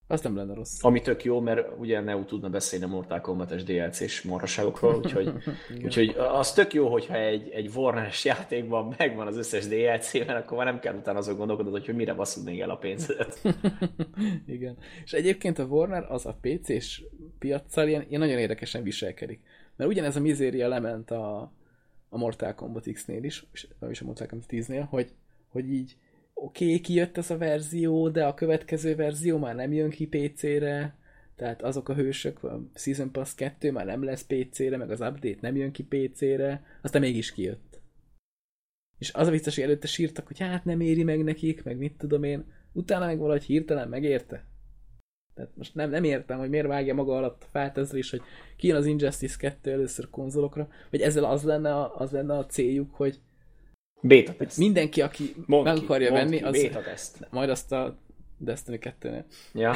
Az nem lenne rossz. Ami tök jó, mert ugye Neo tudna beszélni a Mortal Kombat-es DLC-s marhaságokról, úgyhogy az tök jó, hogyha egy Warner-es játékban megvan az összes DLC-ben, akkor már nem kell utána azon gondolkodod, hogy mire basszod még el a pénzedet. Igen. És egyébként a Warner az a PC-s piaccal ilyen nagyon érdekesen viselkedik. Mert ugyanez a mizéria lement a Mortal Kombat X-nél is, és a Mortal Kombat 10-nél, hogy így oké, kijött ez a verzió, de a következő verzió már nem jön ki PC-re, tehát azok a hősök, a Season Pass 2 már nem lesz PC-re, meg az update nem jön ki PC-re, aztán mégis kijött. És az a vicces, hogy előtte sírtak, hogy hát nem éri meg nekik, meg mit tudom én, utána meg valahogy hirtelen megérte. Tehát most nem értem, hogy miért vágja maga alatt a fát ezzel is, hogy kijön az Injustice 2 először konzolokra, vagy ezzel az lenne a céljuk, hogy Beta teszt. Mindenki, aki meg akarja venni, az majd azt a Destiny 2-nél. Ja.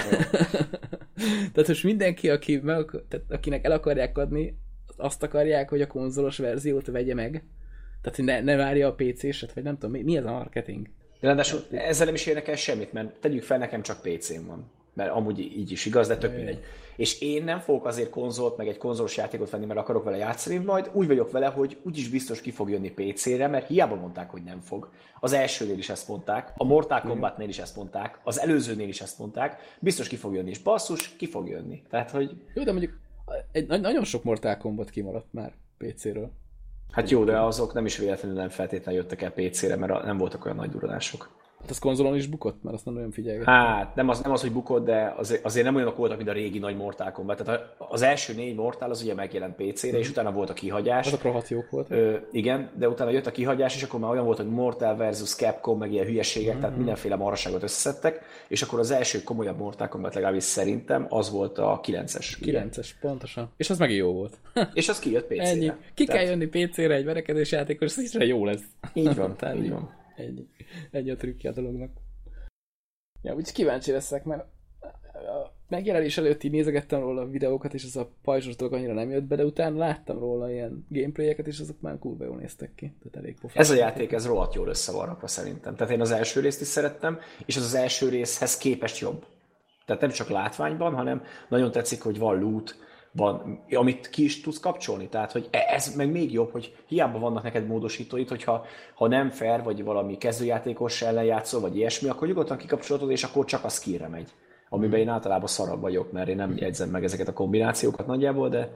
Tehát most mindenki, akinek el akarják adni, azt akarják, hogy a konzolos verziót vegye meg. Tehát, hogy ne várja a PC-set, vagy nem tudom, mi ez a marketing? Ráadásul ezzel nem is érdekel semmit, mert tegyük fel, nekem csak PC-m van. Mert amúgy így is igaz, de tök mindegy. És én nem fogok azért konzolt, meg egy konzolos játékot venni, mert akarok vele játszani, majd úgy vagyok vele, hogy úgyis biztos ki fog jönni PC-re, mert hiába mondták, hogy nem fog. Az elsőnél is ezt mondták, a Mortal Kombatnél is ezt mondták, az előzőnél is ezt mondták, biztos ki fog jönni, és basszus, ki fog jönni. Tehát, hogy... Jó, de mondjuk nagyon sok Mortal Kombat kimaradt már PC-ről. Hát jó, de azok nem is véletlenül nem feltétlenül jöttek el PC-re, mert nem voltak olyan nagy duranások. Hát az konzolon is bukott, mert azt nem olyan figyelgettem. Hát, nem az, hogy bukott, de azért nem olyanok voltak, mint a régi nagy Mortal Kombat. Tehát az első 4 Mortal az ugye megjelent PC-re, és utána volt a kihagyás. Azok rohadt jók voltak. Igen, de utána jött a kihagyás, és akkor már olyan volt, hogy Mortal versus Capcom, meg ilyen hülyeségek, tehát mindenféle marhaságot összeszedtek, és akkor az első komolyabb Mortal Kombat legalábbis szerintem az volt a 9-es. 9-es, pontosan. És az megint jó volt. És az kijött PC-re. Ennyi. Kell jönni PC-re egy verekedés játékos, és jó lesz. Így van, így van. Ennyi a trükkje a dolognak. Ja, úgyhogy kíváncsi leszek, mert a megjelenés előtt így nézegettem róla a videókat, és az a pajzsos dolog annyira nem jött be, de utána láttam róla ilyen gameplayeket, és azok már kurva jól néztek ki. Tehát elég pofán. Ez a játék, ez rohadt jól össze van rakva szerintem. Tehát én az első részt is szerettem, és az első részhez képest jobb. Tehát nem csak látványban, hanem nagyon tetszik, hogy van loot, van, amit ki is tudsz kapcsolni. Tehát, hogy ez meg még jobb, hogy hiába vannak neked módosítóid, hogyha nem fair, vagy valami kezdőjátékos ellen játszol, vagy ilyesmi, akkor nyugodtan kikapcsolod, és akkor csak a skillre megy. Amiben én általában szarabb vagyok, mert én nem jegyzem meg ezeket a kombinációkat nagyjából, de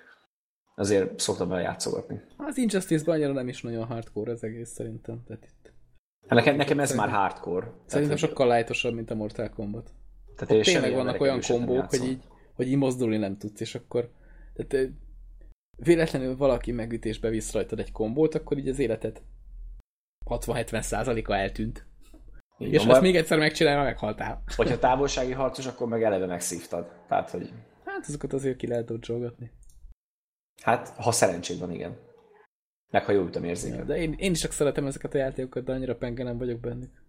azért szoktam vele játszogatni. Az Injustice-ban annyira nem is nagyon hardcore az egész szerintem. Tehát itt... Nekem ez már hardcore. Szerintem sokkal lightosabb, mint a Mortal Kombat. Tehát tényleg vannak olyan kombók, hogy így mozdulni nem tudsz, és akkor tehát véletlenül valaki megütésbe visz rajtad egy kombót, akkor így az életed 60-70%-a eltűnt. Igen, és ha ezt még egyszer megcsinálva, meghaltál. Hogyha távolsági harcos, akkor meg eleve megszívtad. Tehát, hogy... Hát azokat azért ki lehet dodge-olgatni. Hát, ha szerencséd van, igen. Meg ha jó ütem érzékel. Ja, de én is csak szeretem ezeket a játékokat, de annyira penge nem vagyok bennük.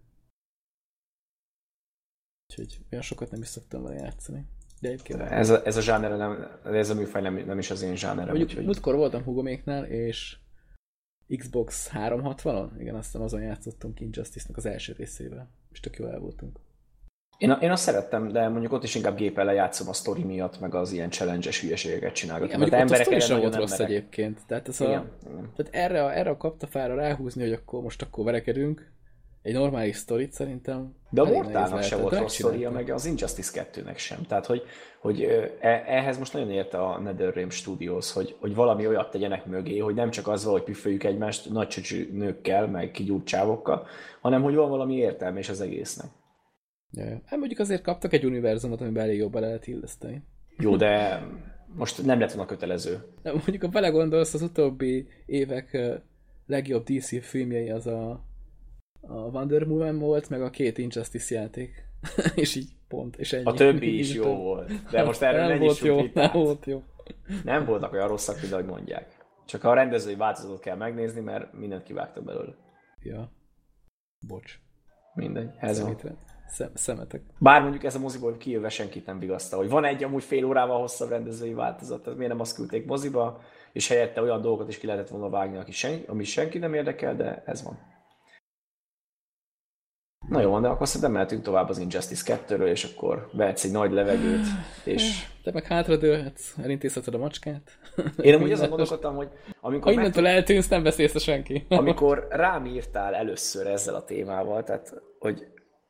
Úgyhogy olyan sokat nem is szoktam vele játszani. Ez a zsáner, ez a műfaj nem is az én zsánerem. Mondjuk múltkor voltam Hugoméknál, és Xbox 360-on, igen, aztán azon játszottunk Injustice-nek az első részével, és tök jól el voltunk. Én azt szerettem, de mondjuk ott is inkább géppel lejátszom a sztori miatt, meg az ilyen challenge-es hülyeségeket csinálgatom. Igen, mondjuk ott a sztori sem volt rossz egyébként. Tehát, igen. Tehát erre a kaptafára ráhúzni, hogy akkor verekedünk, egy normális sztorit szerintem... De a Mortalnak se volt rossz sztoria, meg az Injustice 2-nek sem. Tehát, hogy ehhez most nagyon érte a NetherRealm Studios, hogy valami olyat tegyenek mögé, hogy nem csak az van, hogy püfföljük egymást nagy csöcsű nőkkel, meg kigyúrt csávokkal, hanem hogy van valami értelme is az egésznek. Ja. Hát mondjuk azért kaptak egy univerzumot, amiben elég jobban lehet illeszteni. Jó, de most nem lett volna kötelező. De mondjuk, ha belegondolsz, az utóbbi évek legjobb DC filmjei az a Wonder Woman volt, meg a 2 Injustice játék. És így pont, és ennyi. A többi is jó volt. De most erről nem is nem volt jó. Nem voltak olyan rosszak, mint ahogy mondják. Csak a rendezői változatot kell megnézni, mert mindent kivágtak belőle. Ja. Bocs. Mindegy. Ez van. Szemetek. Bár mondjuk ez a moziból kijövve senkit nem vigasztal, hogy van egy amúgy fél órával hosszabb rendezői változat, tehát miért nem azt küldték moziba, és helyette olyan dolgokat is ki lehetett volna vágni, ami senki nem érdekel, de ez van. Na jó, de akkor szerintem mehetünk tovább az Injustice 2-ről, és akkor vehetsz egy nagy levegőt, és... Te meg hátradőlhetsz, elintézheted a macskát. Én amúgy azon gondolkodtam, hogy amikor... Ha innentől eltűnsz, nem vesz észre senki. Amikor rám írtál először ezzel a témával, tehát, hogy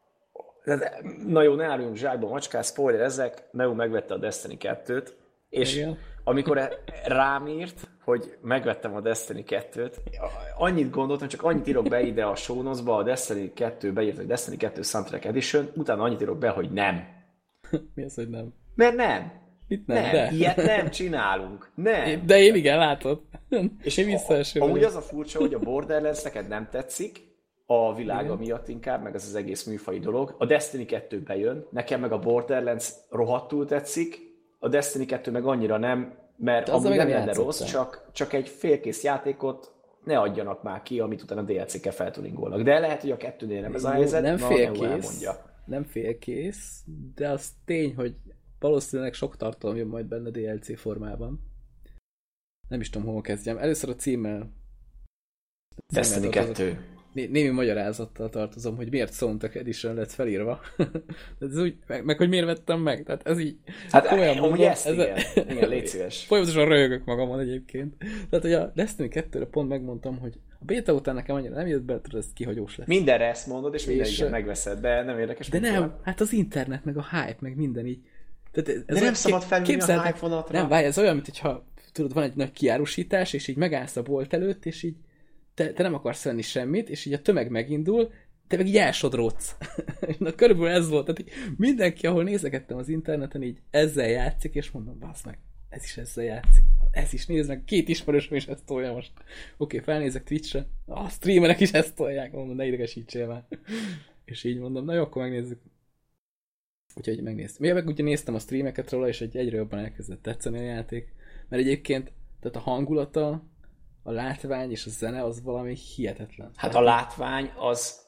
na jó, ne álljunk zsákba, macskás, spoiler ezek, Neo megvette a Destiny 2-t, és igen. amikor rám írt, hogy megvettem a Destiny 2-t, annyit gondoltam, csak annyit írok be ide a show notes-ba, a Destiny 2 beírt, hogy Destiny 2 Soundtrack Edition, utána annyit írok be, hogy nem. Mi az, hogy nem? Mert nem. Mit nem? Nem, ilyet nem csinálunk. Nem. De én igen, látod. És én visszaeső amúgy vagyok. az a furcsa, hogy a Borderlands neked nem tetszik, a világa miatt inkább, meg az egész műfai dolog. A Destiny 2 bejön, nekem meg a Borderlands rohadtul tetszik, a Destiny 2 meg annyira nem, mert amúgy nem lenne rossz, csak egy félkész játékot ne adjanak már ki, amit utána DLC-kkel feltuningolnak. De lehet, hogy a kettőnél nem ez a helyzet, nem félkész, nem félkész, de az tény, hogy valószínűleg sok tartalom jön majd benne DLC formában. Nem is tudom, hol kezdjem. Először a címmel. Destiny 2. Némi magyarázattal tartozom, hogy miért Soundtrack Edition lett felírva. Ez úgy, meg hogy miért vettem meg. Tehát ez így... Hát amúgy ezt igen. Igen, légy szíves. Folyamatosan röhögök magamon egyébként. Tehát, hogy a Destiny 2-re pont megmondtam, hogy a beta után nekem annyira nem jött be, ez kihagyós lesz. Mindenre ezt mondod, és mindenre megveszed, de nem érdekes. De nem, van. Hát az internet, meg a hype, meg minden így. Tehát ez de nem szabad felülni a hype vonatra. Nem, várj, ez olyan, mint hogyha tudod, van egy nagy kiárusítás, és így megállsz a bolt előtt, és így te nem akarsz venni semmit, és így a tömeg megindul, te meg így elsodródsz. Na, körülbelül ez volt. Tehát mindenki, ahol nézegettem az interneten, így ezzel játszik, és mondom, bassz meg, ez is ezzel játszik. Ez is, nézd meg, 2 ismerősöm is ezt tolja most. Oké, felnézek Twitch-re, a streamerek is ezt tolják, mondom, ne idegesítsél már. És így mondom, na jó, akkor megnézzük. Úgyhogy megnéztem. Én meg ugye néztem a streameket róla, és egyre jobban elkezdett tetszeni a játék. Mert egyébként, tehát a hangulata, a látvány és a zene az valami hihetetlen. Hát a látvány az...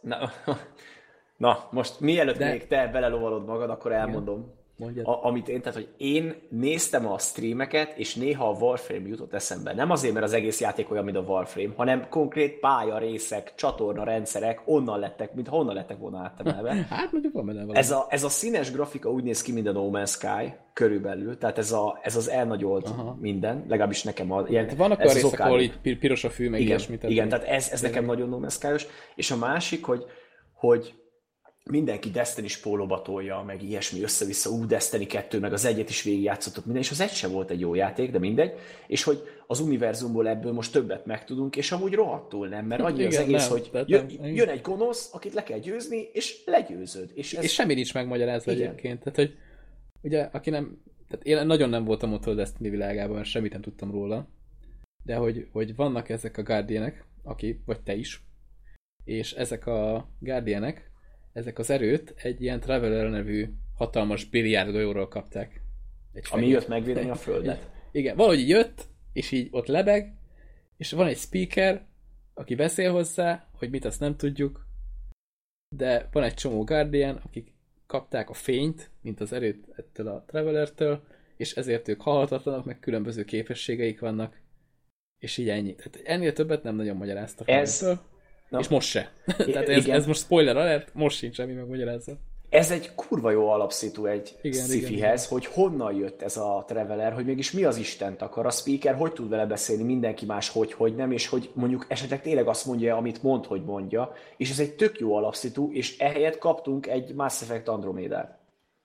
Na most mielőtt még te belelovalod magad, akkor elmondom. Amit én, tehát hogy én néztem a streameket, és néha a Warframe jutott eszembe. Nem azért, mert az egész játék olyan, mint a Warframe, hanem konkrét pályarészek, csatorna rendszerek onnan lettek, mintha onnan lettek volna áttemelve. Hát mondjuk van benne valami. Ez a színes grafika úgy néz ki, mint a No Man's Sky körülbelül, tehát ez az elnagyolt minden, legalábbis nekem ilyen. Vannak olyan részek, ahol így piros a fű, meg ilyesmit. Igen, tehát ez nekem nagyon No Man's Sky-os. És a másik, hogy mindenki Destiny-s pólóba tolja, meg ilyesmi össze-vissza, Destiny 2, meg az egyet is végigjátszottuk minden, és az egy sem volt egy jó játék, de mindegy, és hogy az univerzumból ebből most többet megtudunk, és amúgy rohadtul nem, mert annyi az egész, hogy jön egy gonosz, akit le kell győzni, és legyőződ. És semmi nincs megmagyarázva egyébként. Tehát, hogy ugye, aki nem, tehát én nagyon nem voltam ott a Destiny világában, mert semmit nem tudtam róla, de hogy vannak ezek a Guardianek, vagy te is, és ezek a Guardianek, ezek az erőt egy ilyen Traveler nevű hatalmas biliárd golyóról kapták. Ami jött megvédeni a Földet. Igen, valahogy így jött, és így ott lebeg, és van egy speaker, aki beszél hozzá, hogy mit, azt nem tudjuk, de van egy csomó Guardian, akik kapták a fényt, mint az erőt ettől a Travelertől, és ezért ők halhatatlanok, meg különböző képességeik vannak, és így ennyi. Tehát ennél többet nem nagyon magyaráztak. No. És most se. Tehát ez most spoiler alert, most sincs semmi megmagyarázza. Ez egy kurva jó alapszitu egy sci-fihez, hogy honnan jött ez a Traveler, hogy mégis mi az Istent akar, a speaker hogy tud vele beszélni, mindenki más hogy nem, és hogy mondjuk esetleg tényleg azt mondja, amit mond, hogy mondja, és ez egy tök jó alapszitu, és ehelyett kaptunk egy Mass Effect Andromedát.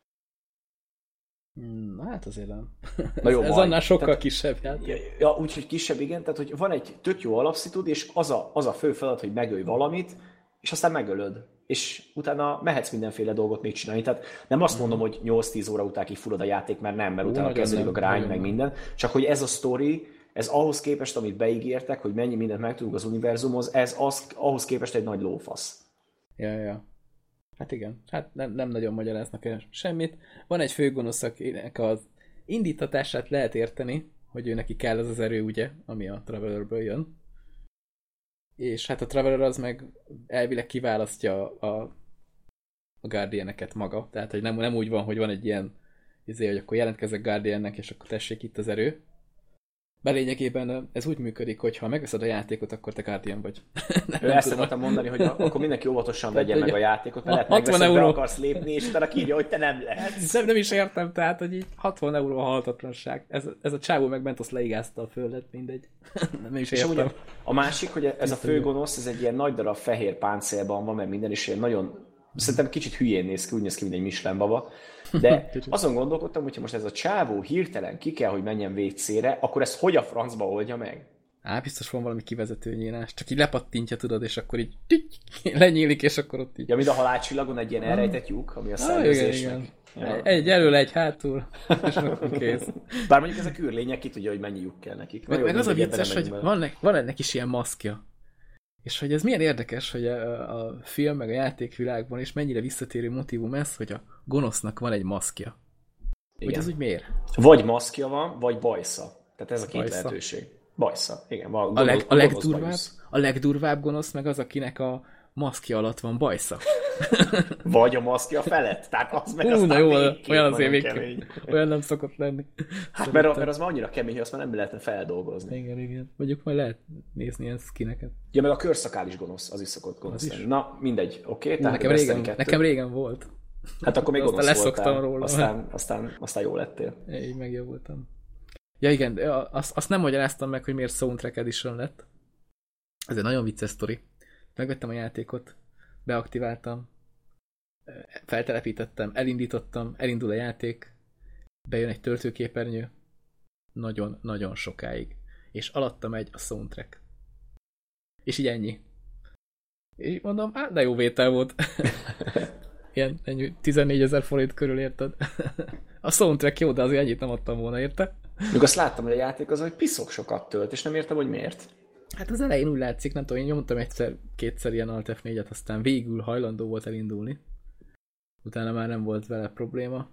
Na hát azért nem. Na jó, ez annál sokkal kisebb játék. Ja, úgyhogy kisebb, igen, tehát hogy van egy tök jó alapszitud, és az a fő feladat, hogy megölj valamit, és aztán megölöd. És utána mehetsz mindenféle dolgot még csinálni. Tehát nem azt mondom, hogy 8-10 óra után kifullad a játék, mert utána kezdődik a grind, meg minden. Csak hogy ez a sztori, ez ahhoz képest, amit beígértek, hogy mennyi mindent megtudunk az univerzumhoz, ahhoz képest egy nagy lófasz. Ja. Hát igen, hát nem nagyon magyaráznak el semmit. Van egy főgonosz, akinek az indítatását lehet érteni, hogy ő neki kell az erő, ugye, ami a Travelerből jön. És hát a Traveler az meg elvileg kiválasztja a Guardianeket maga. Tehát, hogy nem úgy van, hogy van egy ilyen hogy akkor jelentkezek Guardiannek, és akkor tessék itt az erő. Bár lényegében ez úgy működik, hogy ha megveszed a játékot, akkor te Guardian vagy. Ezt akartam mondani, hogy akkor mindenki óvatosan vegye meg a játékot, mert lehet 60 megveszed, be euró. akarsz lépni, és utána írja, hogy te nem lehetsz. Nem is értem, tehát, hogy így 60 euró a halhatatlanság. Ez a csávó megment, azt leigázta a földet, mindegy. Nem is És értem. ugye a másik, hogy ez a főgonosz, ez egy ilyen nagy darab fehér páncélban van, meg minden, és ilyen nagyon, szerintem kicsit hülyén néz ki, úgy néz ki, mint egy Michelin baba. De azon gondolkodtam, hogyha most ez a csávó hirtelen ki kell, hogy menjen WC-re, akkor ezt hogy a francba oldja meg? Biztos van valami kivezető nyílás. Csak így lepattintja, tudod, és akkor így lenyílik, és akkor ott így. Ja, mint a halálcsillagon egy ilyen elrejtett lyuk, ami a Igen. szervezésnek. Ja. Egy előle, egy hátul, és akkor kész. Bár mondjuk ezek űrlények, ki tudja, hogy mennyi lyuk kell nekik. Meg az a vicces, hogy van ennek is ilyen maszkja. És hogy ez milyen érdekes, hogy a film meg a játékvilágban is mennyire visszatérő motívum ez, hogy a gonosznak van egy maszkja. Hogy ez úgy miért? Vagy maszkja van, vagy bajsza. Tehát ez a két Bajsza. lehetőség. Bajsza, igen. A legdurvább gonosz meg az, akinek a maszkja alatt van bajsza. Vagy a maszkja felett. Tehát az meg Na jó, végképp olyan nagyon azért kemény. Olyan nem szokott lenni. Hát mert az már annyira kemény, hogy azt már nem lehetne feldolgozni. Igen. Mondjuk majd lehet nézni ilyen skineket. Ja, meg a körszakál is gonosz, az is szokott gonosz lenni. Na, mindegy, oké? Nekem régen volt. Hát akkor még gonosz leszoktam voltál, róla. aztán jó lettél. Így megjavultam. Ja igen, azt nem magyaráztam meg, hogy miért Soundtrack Edition lett. Ez egy nagyon vicces sztori. Megvettem a játékot, beaktiváltam, feltelepítettem, elindítottam, elindul a játék, bejön egy töltőképernyő, nagyon-nagyon sokáig. És alatta megy a soundtrack. És így ennyi. És így mondom, de jó vétel volt. Ilyen ennyi, 14 000 forint körül, érted? A soundtrack jó, de azért ennyit nem adtam volna, érte? Még azt láttam, hogy a játék az, hogy piszok sokat tölt, és nem értem, hogy miért. Hát az elején úgy látszik, nem tudom, én nyomtam kétszer ilyen Alt F4-et, aztán végül hajlandó volt elindulni. Utána már nem volt vele probléma.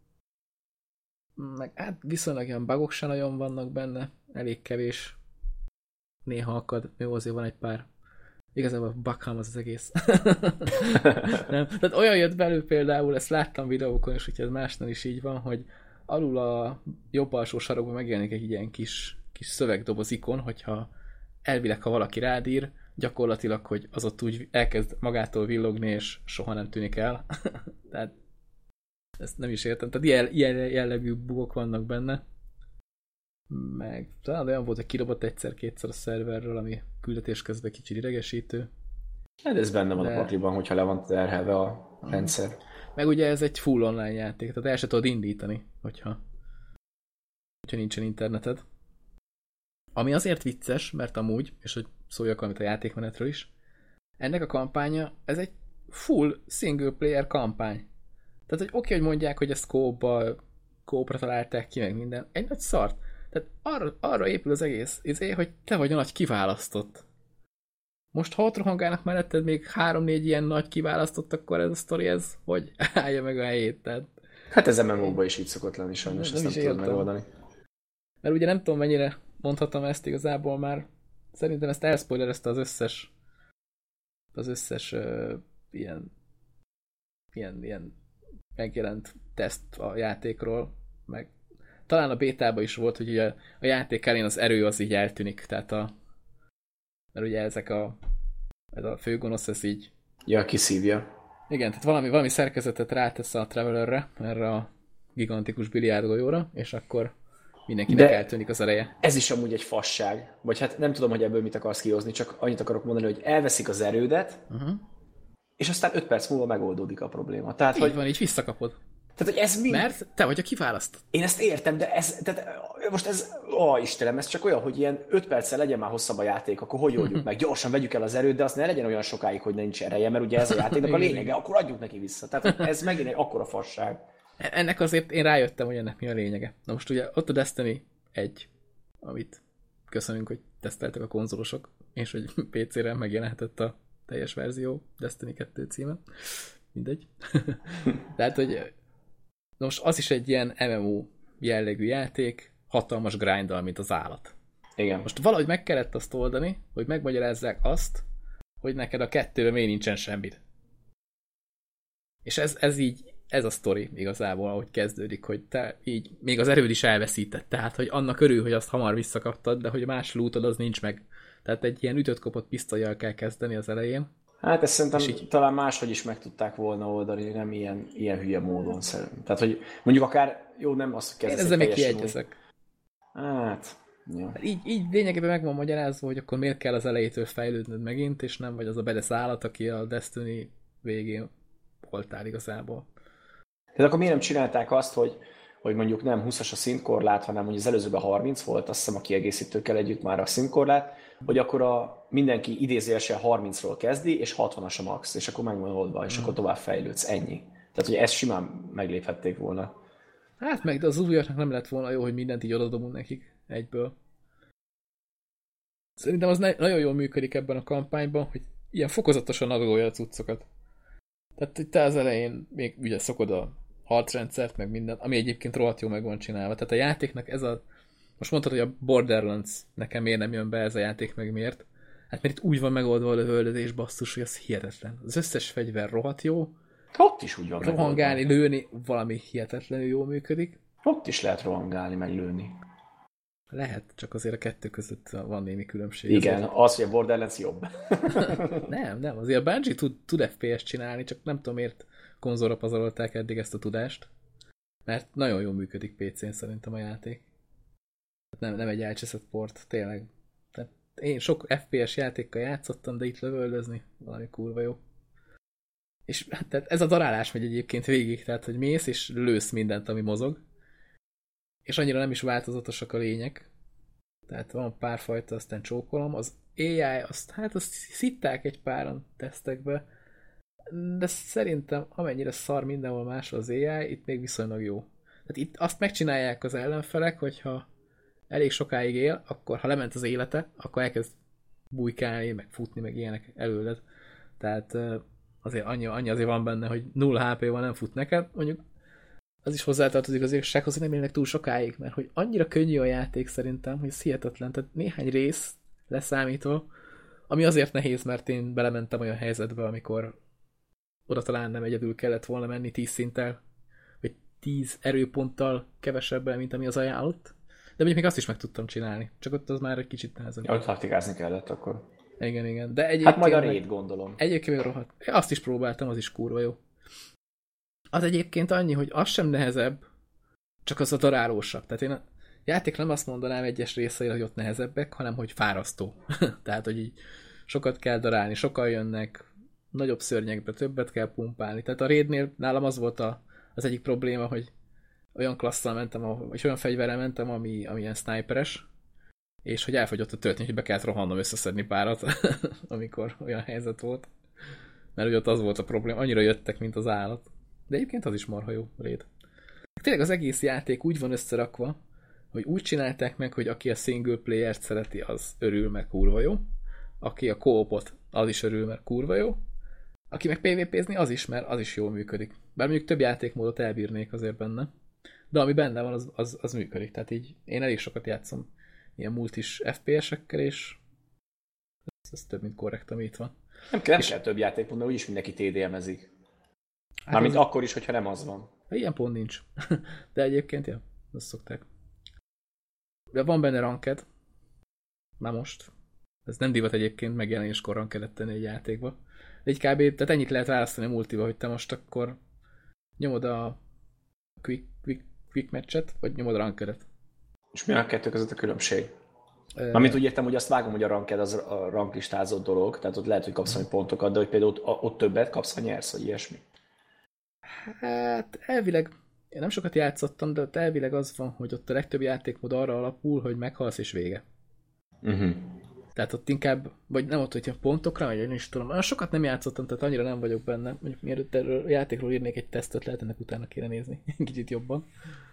Meg hát viszonylag ilyen bugok se nagyon vannak benne, elég kevés. Néha akad, jó, azért van egy pár. Igazából bugham az egész. Nem. Tehát olyan jött belül például, ezt láttam videókon, és hogyha ez másnál is így van, hogy alul a jobb alsó sarokban megjelenik egy ilyen kis szövegdoboz ikon, hogyha elvileg, ha valaki rád ír, gyakorlatilag, hogy az ott úgy elkezd magától villogni, és soha nem tűnik el. Tehát ezt nem is értem. Tehát ilyen jellegű bugok vannak benne. Meg talán olyan volt, hogy kirobott egyszer-kétszer a szerverről, ami küldetés közben kicsit idegesítő. Hát ez benne van a pakliban, hogyha le van terhelve a rendszer. Meg ugye ez egy full online játék, tehát el se tudod indítani, hogyha nincsen interneted. Ami azért vicces, mert amúgy, és hogy szóljak valamit a játékmenetről is, ennek a kampánya, ez egy full single player kampány. Tehát, hogy oké, hogy mondják, hogy ezt co-opra találták ki, meg minden. Egy nagy szart. Tehát arra épül az egész, hogy te vagy a nagy kiválasztott. Most ha ott rohangálnak melletted még 3-4 ilyen nagy kiválasztott, akkor ez a sztori, ez hogy állja meg a helyét. Tehát... Hát ez MMO-ban is így szokott lenni, sajnos ezt nem tudod megoldani. Mert ugye nem tudom, mennyire mondhatom ezt igazából már. Szerintem ezt elspoilerezte az összes ilyen megjelent teszt a játékról, meg talán a bétában is volt, hogy ugye a játék elén az erő az így eltűnik, tehát mert ugye ez a főgonosz, ez így... Ja, kiszívja. Igen, tehát valami szerkezetet rátesz a Travelerre, erre a gigantikus biliárdgolyóra, és akkor mindenkinek eltűnik az ereje. Ez is amúgy egy fasság. Vagy hát nem tudom, hogy ebből mit akarsz kihozni, csak annyit akarok mondani, hogy elveszik az erődet, és aztán 5 perc múlva megoldódik a probléma. Tehát, így van, így visszakapod. Tehát, hogy ez mind... Mert te vagy a kiválasztott. Én ezt értem, de most ez, Istenem, ez csak olyan, hogy ilyen 5 perccel legyen már hosszabb a játék, akkor hogy oldjuk meg? Gyorsan vegyük el az erőt, de azt ne legyen olyan sokáig, hogy nincs ereje, mert ugye ez a játéknak a lényege, akkor adjuk neki vissza. Tehát ez megint egy akkora fasság. Ennek azért én rájöttem, hogy ennek mi a lényege. Na most ugye ott a Destiny 1, amit köszönünk, hogy teszteltek a konzolosok, és hogy PC-re megjelenhetett a teljes verzió, Destiny 2 címe. Mindegy. Tehát, hogy most az is egy ilyen MMO jellegű játék, hatalmas grinddal, mint az állat. Igen. Most valahogy meg kellett azt oldani, hogy megmagyarázzák azt, hogy neked a 2-ben még nincsen semmit. És ez így ez a sztori igazából, ahogy kezdődik, hogy te így még az erőd is elveszített, tehát hogy annak örül, hogy azt hamar visszakaptad, de hogy a más lootod az nincs meg. Tehát egy ilyen ütött-kopott pisztollyal kell kezdeni az elején. Hát ezt szerintem így... talán máshogy is meg tudták volna oldani, nem ilyen hülye módon szerintem. Tehát, hogy mondjuk akár, jó, nem azt, hogy kezdesz ezzel még kiegyezek. Hát, jó. Így lényegében meg van magyarázva, hogy akkor miért kell az elejétől fejlődnöd megint, és nem vagy az a bedesz állat, aki a Destiny végén voltál igazából. Tehát akkor miért nem csinálták azt, hogy mondjuk nem 20-as a szintkorlát, hanem hogy az előzőben 30 volt, azt hiszem a kiegészítőkkel együtt már a szintkorlát, hogy akkor mindenki idézőjelesen 30-ról kezdi, és 60-as a max, és akkor meg van oldva, és akkor tovább fejlődsz, ennyi. Tehát, hogy ezt simán megléphették volna. Hát meg, de az újaknak nem lett volna jó, hogy mindent így odadobunk nekik egyből. Szerintem az nagyon jól működik ebben a kampányban, hogy ilyen fokozatosan adolja a cuccokat. Tehát, hogy te az elején még ugye szokod a harcrendszert, meg mindent, ami egyébként rohadt jó meg van csinálva. Tehát a játéknak ez a... Most mondtad, hogy a Borderlands nekem miért nem jön be ez a játék, meg miért. Hát mert itt úgy van megoldva a lövöldözés, basszus, hogy az hihetetlen. Az összes fegyver rohadt jó. Ott is úgy van rohangálni, lőni, valami hihetetlenül jól működik. Ott is lehet rohangálni, meg lőni. Lehet, csak azért a kettő között van némi különbség. Igen, az, hogy a Borderlands jobb. nem, azért a Bungie tud FPS csinálni, csak nem tudom miért konzolra pazarolták eddig ezt a tudást. Mert nagyon jól működik PC-n szerintem a játék. Nem egy elcseszett port, tényleg. Tehát én sok FPS játékkal játszottam, de itt lövöldözni valami kurva jó. És tehát ez a darálás megy egyébként végig, tehát hogy mész és lősz mindent, ami mozog. És annyira nem is változatosak a lények. Tehát van pár fajta, aztán csókolom. Az AI, azt szitták egy páran tesztekbe, de szerintem amennyire szar mindenhol máshol az AI, itt még viszonylag jó. Tehát itt azt megcsinálják az ellenfelek, hogyha elég sokáig él, akkor ha lement az élete, akkor elkezd bujkálni, meg futni, meg ilyenek előled. Tehát azért annyi azért van benne, hogy 0 HP-val nem fut neked, mondjuk az is hozzátartozik az igazsághoz, hogy nem élnek túl sokáig, mert hogy annyira könnyű a játék szerintem, hogy ez hihetetlen. Tehát néhány rész leszámítva, ami azért nehéz, mert én belementem olyan helyzetbe, amikor oda talán nem egyedül kellett volna menni 10 szinttel, vagy 10 erőponttal kevesebben, mint ami az ajánlott. De mondjuk még azt is meg tudtam csinálni. Csak ott az már egy kicsit nehezebb. Ja, ott taktikázni kellett akkor. Igen. De egyébként hát majd a raid, gondolom. Egyébként rohadt. Azt is próbáltam, az is kurva jó. Az egyébként annyi, hogy az sem nehezebb, csak az a darálósabb. Tehát én a játék nem azt mondanám egyes részeire, hogy ott nehezebbek, hanem hogy fárasztó. Tehát, hogy így sokat kell darálni, sokan jönnek, nagyobb szörnyekbe többet kell pumpálni. Tehát a raidnél nálam az volt az egyik probléma, hogy olyan klasszal mentem, és olyan fegyverrel mentem, ami ilyen sniperes, és hogy elfogyott a töltni, hogy be kellett rohannom összeszedni párat, amikor olyan helyzet volt. Mert ugye ott az volt a probléma, annyira jöttek, mint az állat. De egyébként az is marha jó raid. Tényleg az egész játék úgy van összerakva, hogy úgy csinálták meg, hogy aki a single player-t szereti, az örül, mert kurva jó. Aki a co-opot, az is örül, mert kurva jó. Aki meg PvP-zni, az is, mert az is jól működik. Bár mondjuk több játékmódot elbírnék azért benne. De ami benne van, az működik. Tehát így én elég sokat játszom ilyen multis FPS-ekkel, és ez több, mint korrekt, ami itt van. Nem kell több játékmód, mert úgyis mindenki TDM-ezik. Mármint akkor is, hogyha nem az van. Ilyen pont nincs. De egyébként, ja, azt szokták. De van benne ranked. Már most. Ez nem divat egyébként megjelenéskor rankedet tenni egy játékba. De egy kb. Tehát ennyit lehet választani a multiba, hogy te most akkor nyomod a quick matchet, vagy nyomod a rankedet. És mi a kettő között a különbség? Amit úgy értem, hogy azt vágom, hogy a ranked az a ranklistázott dolog, tehát ott lehet, hogy kapsz valami pontokat, de hogy például ott többet kapsz, ha nyersz, vagy ilyesmi. Hát elvileg, én nem sokat játszottam, de ott elvileg az van, hogy ott a legtöbb játékmód arra alapul, hogy meghalsz és vége. Tehát ott inkább, vagy nem ott, hogy pontokra, vagy én is tudom. Olyan sokat nem játszottam, tehát annyira nem vagyok benne. Mondjuk mielőtt erről a játékról írnék egy tesztet, lehet ennek utána kéne nézni. Kicsit jobban.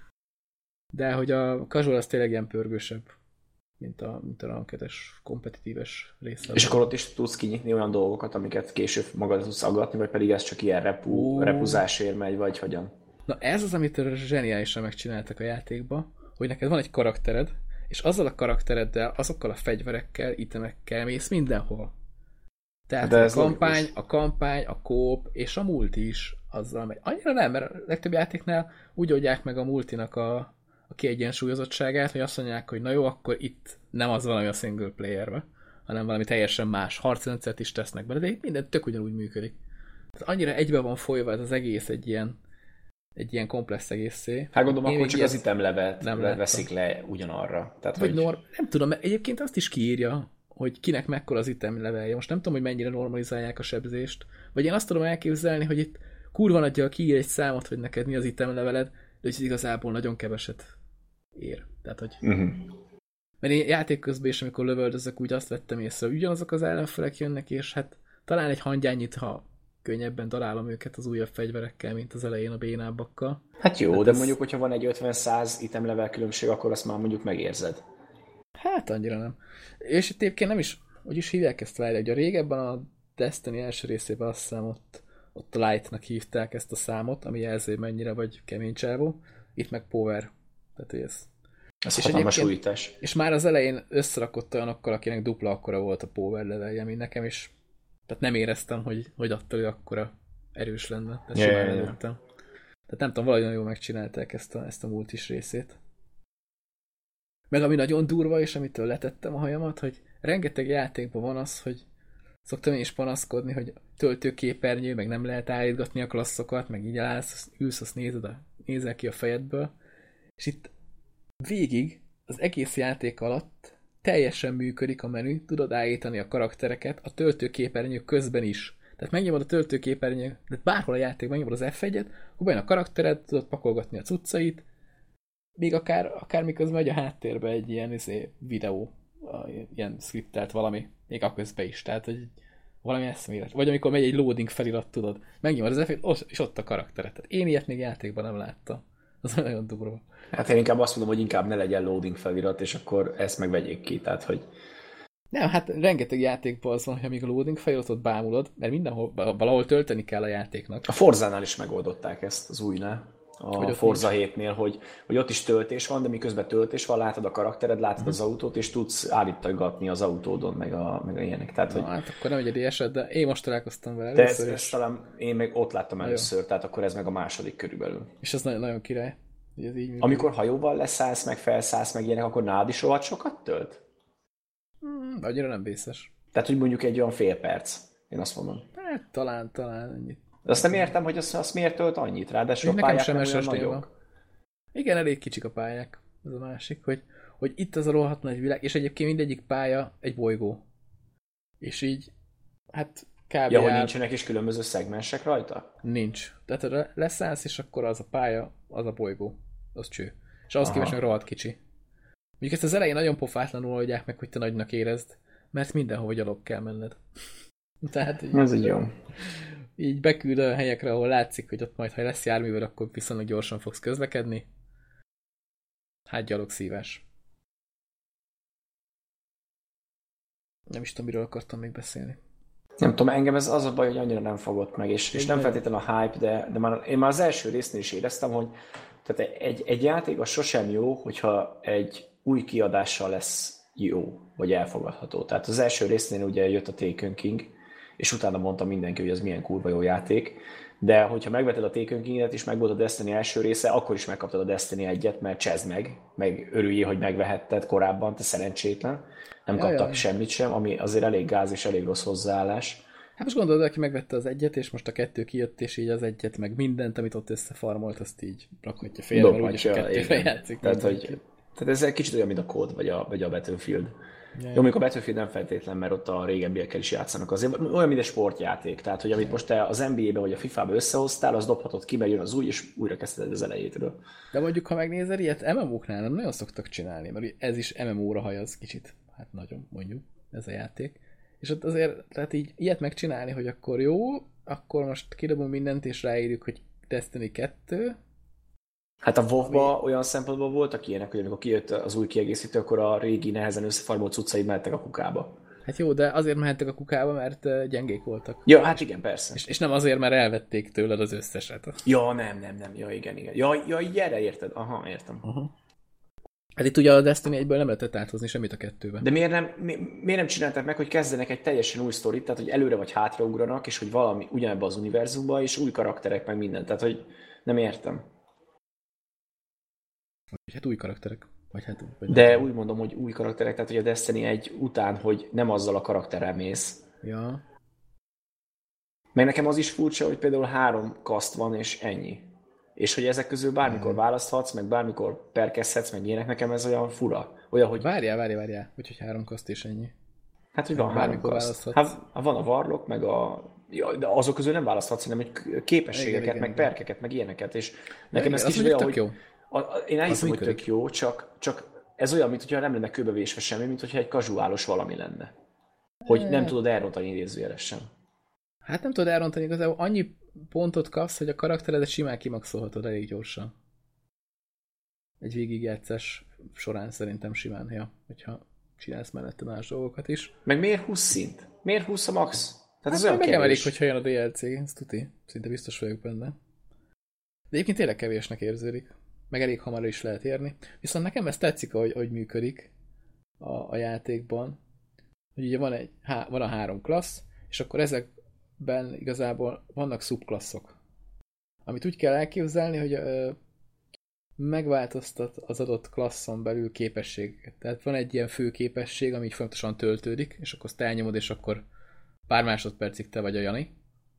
De hogy a casual az tényleg ilyen pörgősebb, mint a rankedes, kompetitíves része. És akkor ott is tudsz kinyitni olyan dolgokat, amiket később magad tudsz aggatni, vagy pedig ez csak ilyen repuzásért megy, vagy hogyan? Na ez az, amit zseniálisan megcsináltak a játékba, hogy neked van egy karaktered, és azzal a karaktereddel, azokkal a fegyverekkel, itemekkel mész mindenhol. Tehát a kampány, a co-op és a multi is, azzal megy. Annyira nem, mert a legtöbb játéknál úgy oldják meg a multinak a kiegyensúlyozottságát, hogy azt mondják, hogy na jó, akkor itt nem az valami a single playerbe, hanem valami teljesen más harcrendszert is tesznek bele, de itt minden tök ugyanúgy működik. Tehát annyira egybe van folyva ez az egész egy ilyen komplex egészé. Hát gondolom, akkor csak az itemlevet veszik le ugyanarra. Tehát, vagy nem tudom, mert egyébként azt is kiírja, hogy kinek mekkora az itemlevelje. Most nem tudom, hogy mennyire normalizálják a sebzést. Vagy én azt tudom elképzelni, hogy itt kurva nagyjal kiír egy számot, hogy neked mi az itemleveled, de ez igazából nagyon keveset ér. Tehát, hogy... Mert én játék közben is, amikor lövöldözök, úgy azt vettem észre, hogy ugyanazok az ellenfelek jönnek, és hát talán egy hangyányit, ha könnyebben találom őket az újabb fegyverekkel, mint az elején a bénábbakkal. Hát jó, hát de mondjuk, hogyha van egy 50-100 itemlevel különbség, akkor azt már mondjuk megérzed. Hát annyira nem. És itt egyébként nem is, hogy is hívják ezt várja, hogy a régebben a Destiny első részében azt hiszem ott a Light-nak hívták ezt a számot, ami jelzi, mennyire vagy kemény csávó. Itt meg Power. Tehát, hogy ez... Ez hatalmas újítás. És már az elején összerakott olyanokkal, akinek dupla akkora volt a Power levelje, mint nekem is. Tehát nem éreztem, hogy attól ő akkora erős lenne. Tehát simán előttem. Tehát nem tudom, valahogy nagyon jól megcsinálták ezt a multis részét. Meg ami nagyon durva, és amitől letettem a hajamat, hogy rengeteg játékban van az, hogy szoktam én is panaszkodni, hogy töltőképernyő, meg nem lehet állítgatni a klasszokat, meg így állsz, ülsz, azt nézel ki a fejedből. És itt végig az egész játék alatt teljesen működik a menü, tudod állítani a karaktereket a töltőképernyő közben is. Tehát megnyomod a töltőképernyő, de bárhol a játék megnyomod az F1-et, akkor bejön a karaktered, tudod pakolgatni a cuccait, még akár miközben megy a háttérbe egy ilyen videó, ilyen skriptelt valami, még aközben is, tehát hogy valami eszmélet. Vagy amikor megy egy loading felirat, tudod, megnyomod az F1-et, és ott a karakteret. Tehát én ilyet még játékban nem láttam. Az nagyon durva. Hát én inkább azt mondom, hogy inkább ne legyen loading felirat, és akkor ezt megvegyék ki, tehát hogy... Nem, hát rengeteg játékban az van, hogy amíg a loading feliratot bámulod, mert mindenhol, valahol tölteni kell a játéknak. A Forzánál is megoldották ezt, az újnál. A Forza 7-nél, hogy ott is töltés van, de miközben töltés van, látod a karaktered, látod az autót, és tudsz állítatni az autódon, meg a ilyenek. Tehát, hogy... Hát akkor nem egyedi eset, de én most találkoztam vele először. De ezt talán én meg ott láttam először, tehát akkor ez meg a második körülbelül. És ez nagyon, nagyon király. Ez így amikor hajóval leszállsz, meg felszállsz, meg ilyenek, akkor nálad is rohadt sokat tölt? Annyira nem vészes. Tehát, hogy mondjuk egy olyan fél perc, én azt mondom. Hát talán ennyit. De azt nem értem, hogy azt miért tölt annyit, ráadásul a pályák nem olyan nagyok. Igen, elég kicsik a pályák. Ez a másik, hogy itt az a rohadt nagy világ, és egyébként mindegyik pálya egy bolygó. És így, hát kb. Ja, hogy nincsenek is különböző szegmensek rajta? Nincs. Tehát leszállsz, és akkor az a pálya, az a bolygó. Az cső. És ahhoz képest meg rohadt kicsi. Mondjuk ezt az elején nagyon pofátlanul oldják meg, hogy te nagynak érezd, mert mindenhova gyalog kell menned. Tehát így, ez így jó. Így beküld olyan helyekre, ahol látszik, hogy ott majd, ha lesz járművel, akkor viszonylag gyorsan fogsz közlekedni. Hát gyalog szívás. Nem is tudom, miről akartam még beszélni. Nem tudom, engem ez az a baj, hogy annyira nem fogott meg, és nem feltétlenül a hype, de én már az első résznél is éreztem, hogy tehát egy játék az sosem jó, hogyha egy új kiadással lesz jó, vagy elfogadható. Tehát az első résznél ugye jött a Taken King, és utána mondta mindenki, hogy az milyen kurva jó játék, de hogyha megveted a Taken King-et, és meg volt a Destiny első része, akkor is megkaptad a Destiny 1-et, mert csezd meg örüljél, hogy megvehetted korábban, te szerencsétlen. Nem kaptak semmit sem, ami azért elég gáz és elég rossz hozzáállás. Hát most gondolod, aki megvette az 1-et, és most a 2 kijött, és így az 1-et, meg mindent, amit ott összefarmolt, azt így rakhatja félre, mert úgyis a 2-re játszik. Tehát ez egy kicsit olyan, mint a Code, vagy a Battlefield. Jó, mondjuk a Battlefield nem feltétlen, mert ott a régebbiekkel is játszanak. Azért olyan, mint egy sportjáték. Tehát, hogy amit most te az NBA-be vagy a FIFA-ba összehoztál, az dobhatod ki, mert jön az új, és újra kezdted az elejétől. De mondjuk, ha megnézel, ilyet MMO-knál nem nagyon szoktak csinálni, mert ez is MMO-ra hajaz kicsit. Hát nagyon, mondjuk, ez a játék. És ott azért, tehát így ilyet megcsinálni, hogy akkor jó, akkor most kidobunk mindent, és ráírjuk, hogy Destiny 2. Hát a WoW-ban olyan szempontból voltak ilyenek, hogy amikor kijött az új kiegészítő, akkor a régi nehezen összefarmolt cuccaid mehettek a kukába. Hát jó, de azért mehettek a kukába, mert gyengék voltak. Ja, hát igen, persze. És nem azért, mert elvették tőled az összeset. Ja, nem. Ja, igen. Ja, így erre érted? Aha, értem. Hát itt ugye a Destiny 1-ből nem lehetett áthozni semmit a 2-be. De miért nem csinálták meg, hogy kezdenek egy teljesen új sztorit, tehát hogy előre vagy hátra ugranak, és hogy valami ugyanebben az univerzumban, és új karakterek, meg minden. Tehát, hogy nem értem. Hát új karakterek. De úgy mondom, hogy új karakterek, tehát hogy a Destiny 1 után, hogy nem azzal a karakterrel mész. Ja. Meg nekem az is furcsa, hogy például 3 kaszt van, és ennyi. És hogy ezek közül bármikor választhatsz, meg bármikor perkezhetsz, meg ilyenek, nekem ez olyan fura. Olyan, hogy... Várjál. Úgyhogy 3 kaszt és ennyi. Hát, hogy van 3 kaszt. Hát van a Warlock, meg a... Ja, de azok közül nem választhatsz, hanem egy képességeket, igen, meg perkeket, meg ilyeneket. És nekem ez kicsit olyan, hogy... Jó. Én elhiszem, hogy tök jó, csak ez olyan, mintha nem lenne kőbevésve semmi, mintha egy kazuálos valami lenne. Hogy nem tudod elrontani idézőjelesen. Hát nem tudod elrontani, igazából annyi pontot kapsz, hogy a karakteredet simán kimaxolhatod elég gyorsan. Egy végigjátszás során szerintem simán, ja, hogyha csinálsz mellette más dolgokat is. Meg miért 20 szint? Miért 20 a max? Tehát ez olyan megemelik, hogyha jön a DLC, ezt tuti. Szinte biztos vagyok benne. De egyébként tényleg kevésnek érződik. Meg elég hamar is lehet érni. Viszont nekem ez tetszik, hogy működik a játékban. Hogy ugye van a 3 klassz, és akkor ezekben igazából vannak szubklasszok. Amit úgy kell elképzelni, hogy megváltoztat az adott klasszon belül képességeket. Tehát van egy ilyen fő képesség, ami így folyamatosan töltődik, és akkor azt elnyomod, és akkor pár másodpercig te vagy a Jani.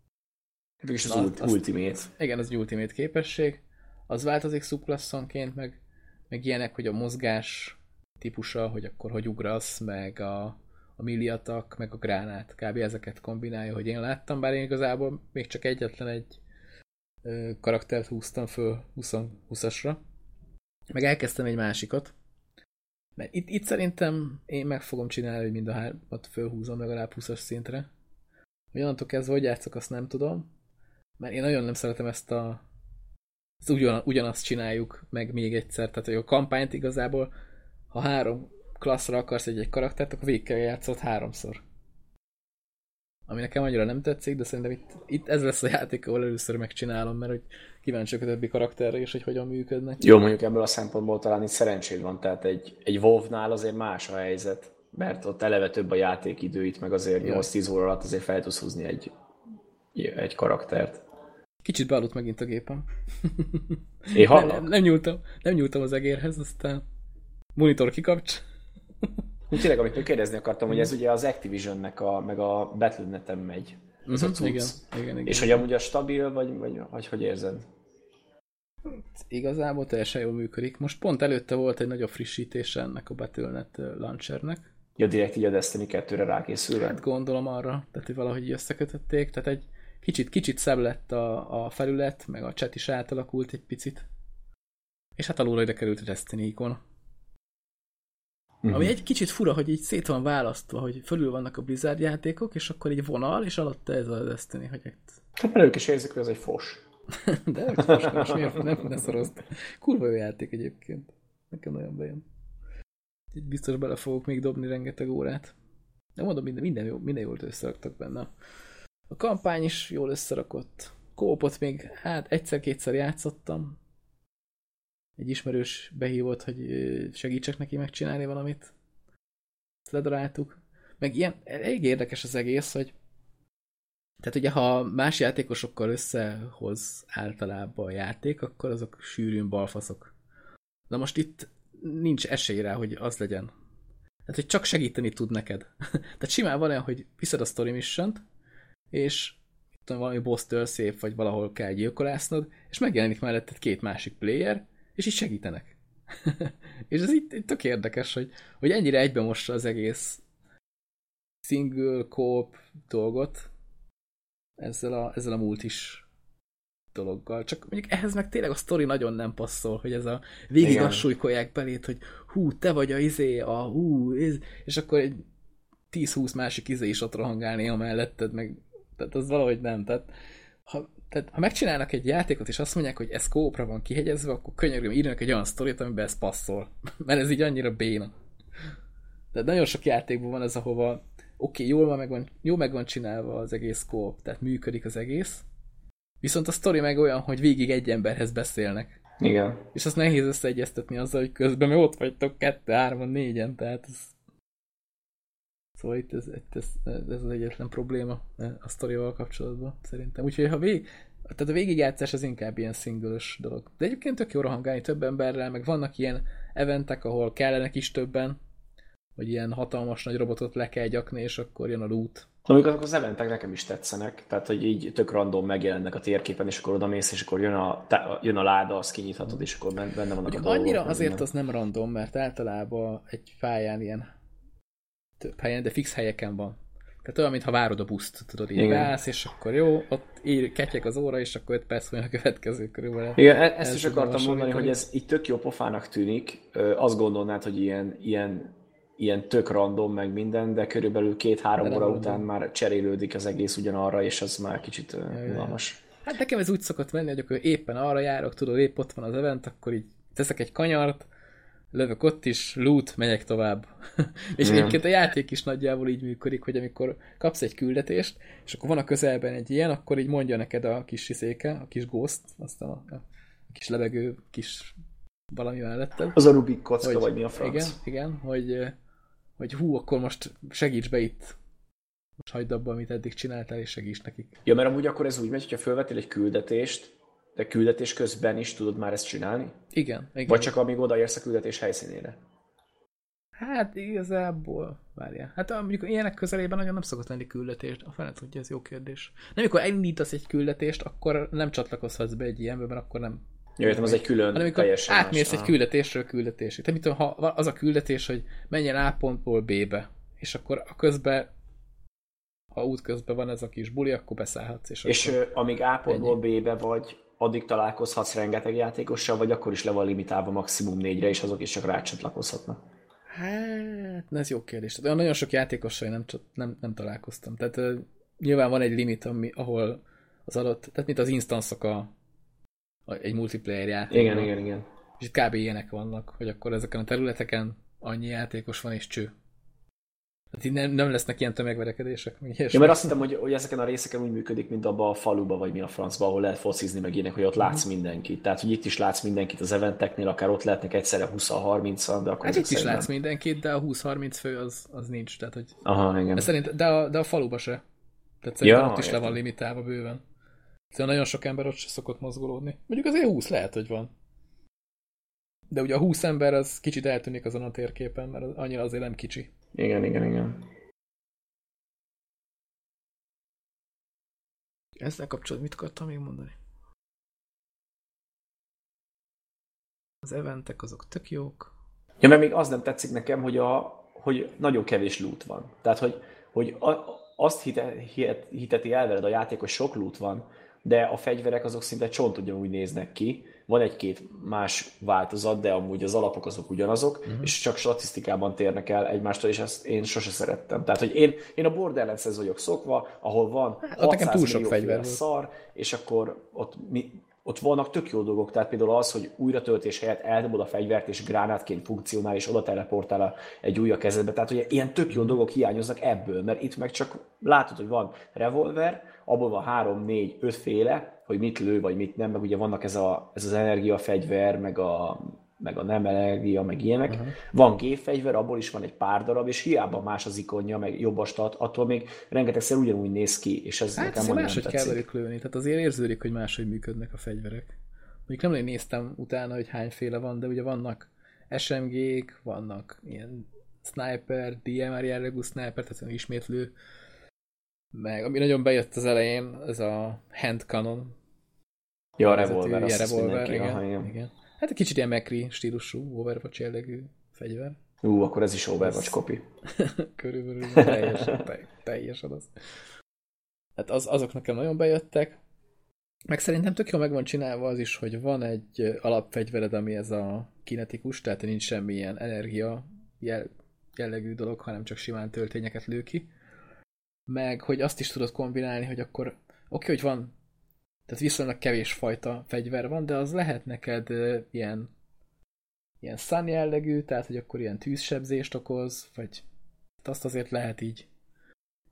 És az ultimate. Igen, az egy ultimate képesség. Az változik szubklasszonként, meg ilyenek, hogy a mozgás típusa, hogy akkor hogy ugrasz, meg a milliatak, meg a gránát. Kb. Ezeket kombinálja, hogy én láttam, bár én igazából még csak egyetlen egy karaktert húztam föl 20-asra. Meg elkezdtem egy másikat. Mert itt szerintem én meg fogom csinálni, hogy mind a 3-at fölhúzom legalább 20-as szintre. Hogy onnantól kezdve, hogy játszok, azt nem tudom. Mert én nagyon nem szeretem ezt ugyanazt csináljuk meg még egyszer. Tehát, hogy a kampányt igazából, ha 3 klasszra akarsz egy karaktert, akkor végig kell játszod 3-szor. Ami nekem annyira nem tetszik, de szerintem itt ez lesz a játék, ahol először megcsinálom, mert hogy kíváncsiak a többi karakterre is, hogy hogyan működnek. Jó, mondjuk ebből a szempontból talán itt szerencséd van, tehát egy WoW-nál azért más a helyzet, mert ott eleve több a játékidő, itt meg azért 8-10 óra alatt azért fel tudsz húzni egy karaktert. Kicsit bealudt megint a gépem. Én hallok? Nem nyúltam az egérhez, aztán monitor kikapcs. Tényleg, amit még kérdezni akartam, hogy ez ugye az Activision-nek meg a Battle.net-en megy. Ez a cucc. Igen. És hogy amúgy a stabil, vagy hogy érzed? Igazából teljesen jól működik. Most pont előtte volt egy nagyobb frissítése ennek a Battle.net launchernek. Ja, direkt így a Destiny 2-re rákészülve? Hát gondolom arra, tehát hogy valahogy összekötötték, tehát egy kicsit szebb lett a felület, meg a chat is átalakult egy picit. És hát alulra ide került a Destiny ikon. Ami egy kicsit fura, hogy így szét van választva, hogy fölül vannak a Blizzard játékok, és akkor egy vonal, és alatta ez a Destiny, hogy itt... Hát mert ők is érzik, hogy ez egy fos. De fos, miért ne szorozd. Kurva jó játék egyébként. Nekem nagyon bejön. Itt biztos bele fogok még dobni rengeteg órát. De mondom, minden jól összeraktak benne. A kampány is jól összerakott. Kópot még, hát egyszer-kétszer játszottam. Egy ismerős behívott, hogy segítsek neki megcsinálni valamit. Ezt ledaráltuk. Meg ilyen, elég érdekes az egész, hogy tehát ugye, ha más játékosokkal összehoz általában a játék, akkor azok sűrűn balfaszok. Na most itt nincs esély rá, hogy az legyen. Tehát, hogy csak segíteni tud neked. Tehát simán van olyan, hogy viszed a story mission-t, és tudom, valami boss-től szép, vagy valahol kell gyilkolásznod, és megjelenik melletted 2 másik player, és így segítenek. És ez itt tök érdekes, hogy ennyire egybemossa az egész single co-op dolgot ezzel a multis dologgal. Csak mondjuk ehhez meg tényleg a sztori nagyon nem passzol, hogy ez a végig azt súlykolják belét, hogy te vagy és akkor egy 10-20 másik is ott rohangál néha melletted, meg tehát az valahogy nem. Tehát ha megcsinálnak egy játékot, és azt mondják, hogy ez co-opra van kihegyezve, akkor könyörgöm, írjanak egy olyan sztorit, amiben ez passzol. Mert ez így annyira béna. Tehát nagyon sok játékban van ez, ahova jól meg van csinálva az egész co-op, tehát működik az egész. Viszont a sztori meg olyan, hogy végig egy emberhez beszélnek. Igen. És azt nehéz összeegyeztetni azzal, hogy közben mi ott vagytok 2, 3, 4-en, tehát ez... Szóval itt ez az egyetlen probléma a sztorival kapcsolatban, szerintem. Úgyhogy tehát a végigjátszás az inkább ilyen single-ös dolog. De egyébként tök jó rohangálni több emberrel, meg vannak ilyen eventek, ahol kellenek is többen, hogy ilyen hatalmas nagy robotot le kell gyakni, és akkor jön a loot. Amikor azok az eventek nekem is tetszenek, tehát hogy így tök random megjelennek a térképen, és akkor odamész, és akkor jön a láda, azt kinyithatod, és akkor benne vannak a dolgok. Annyira azért az nem random, mert általában egy pályán ilyen több helyen, de fix helyeken van. Tehát olyan, mintha várod a buszt, tudod, így beállsz, és akkor jó, ott ketyeg az óra, és akkor 5 perc van a következő körülbelül. Igen, ezt is akartam mondani, hogy ez így tök jó pofának tűnik. Azt gondolnád, hogy ilyen tök random meg minden, de körülbelül 2-3 óra után már cserélődik az egész ugyanarra, és az már kicsit unalmas. Hát nekem ez úgy szokott menni, hogy akkor éppen arra járok, tudod, épp ott van az event, akkor így teszek egy kanyart, lövök ott is, loot, megyek tovább. És egyébként a játék is nagyjából így működik, hogy amikor kapsz egy küldetést, és akkor van a közelben egy ilyen, akkor így mondja neked a kis széke, a kis ghost, aztán a kis lebegő, kis valami melletted. Az a Rubik kocka, vagy mi a franc. Igen, hogy hú, akkor most segíts be itt. Most hagyd abba, amit eddig csináltál, és segíts nekik. Ja, mert amúgy akkor ez úgy megy, hogyha felvettél egy küldetést, de küldetés közben is tudod már ezt csinálni? Igen. Vagy csak amíg odaérsz a küldetés helyszínére? Hát igazából, várjál. Hát mondjuk ilyenek közelében nagyon nem szokott lenni küldetést. A fene tudja, ez jó kérdés. Nem, amikor elindítasz egy küldetést, akkor nem csatlakozhatsz be egy ilyenbe, mert akkor nem... Jó, értem, az egy külön, hanem teljesen átmész egy küldetésről küldetésig. Tehát mit tudom, ha az a küldetés, hogy menjen A pontból B-be, és akkor a közben, ha útközben van ez a kis buli, akkor beszállhatsz. És amíg A pontból B-be vagy, addig találkozhatsz rengeteg játékossal, vagy akkor is le van limitálva maximum 4-re, és azok is csak rácsatlakozhatnak? Hát, ez jó kérdés. Tehát olyan nagyon sok játékossal nem találkoztam. Tehát nyilván van egy limit, ahol az adott, tehát mint az instanszok egy multiplayer játékban. Igen. És itt kb. Ilyenek vannak, hogy akkor ezeken a területeken annyi játékos van és cső. Tehát így nem lesznek ilyen tömegverekedések. Ja, mert azt hittem, hogy ezeken a részeken úgy működik, mint abban a faluba, vagy mi a francba, ahol lehet focizni, meg ilyenek, hogy ott látsz mindenkit. Tehát, hogy itt is látsz mindenkit az eventeknél, akár ott lehetnek egyszerre 20-30-an, de akkor... Hát itt is látsz mindenkit, de a 20-30 fő az nincs. Tehát, hogy... Aha, igen. De a faluba se. Tehát szerintem ott is le van limitálva bőven. Szóval nagyon sok ember ott se szokott mozgolódni. Mondjuk azért 20 lehet, hogy van. De ugye a 20 ember az kicsit eltűnik azon a térképen, mert annyira azért nem kicsi. Igen. Ezzel kapcsolatban mit akartam még mondani? Az eventek azok tök jók. Ja, mert még az nem tetszik nekem, hogy nagyon kevés loot van. Tehát, hogy azt hiteti el veled a játék, hogy sok loot van, de a fegyverek azok szinte csont ugyanúgy néznek ki. Van egy-két más változat, de amúgy az alapok azok ugyanazok, és csak statisztikában térnek el egymástól, és ezt én sose szerettem. Tehát, hogy én a Borderlands-hez vagyok szokva, ahol van 600 millió féle szar, és akkor ott vannak tök jó dolgok, tehát például az, hogy újratöltés helyett eldobod a fegyvert, és gránátként funkcionál, és oda teleportál egy új a kezedbe. Tehát, hogy ilyen tök jó dolgok hiányoznak ebből, mert itt meg csak látod, hogy van revolver, abból van 3, 4, 5 féle, hogy mit lő, vagy mit nem, meg ugye vannak ez az energiafegyver, meg a nem energia, meg ilyenek. Van gépfegyver, abból is van egy pár darab, és hiába más az ikonja, meg jobb a stat, attól még rengetegszer ugyanúgy néz ki, és ez nekem nagyon máshogy kell velük lőni, tehát azért érződik, hogy máshogy működnek a fegyverek. Mondjuk nem nagyon néztem utána, hogy hányféle van, de ugye vannak SMG-k, vannak ilyen sniper, DMR jellegű sniper, tehát ismétlő, meg ami nagyon bejött az elején, ez a hand cannon. Ja, a revolver, igen. Hát egy kicsit ilyen McCree stílusú, Overwatch jellegű fegyver. Akkor ez is Overwatch copy. Körülbelül teljesen az. Hát azok nekem nagyon bejöttek. Meg szerintem tök jól meg van csinálva az is, hogy van egy alapfegyvered, ami ez a kinetikus, tehát nincs semmilyen energia jellegű dolog, hanem csak simán töltényeket lő ki. Meg, hogy azt is tudod kombinálni, hogy akkor oké, hogy van, tehát viszonylag kevés fajta fegyver van, de az lehet neked ilyen stun jellegű, tehát hogy akkor ilyen tűzsebzést okoz, vagy azt azért lehet így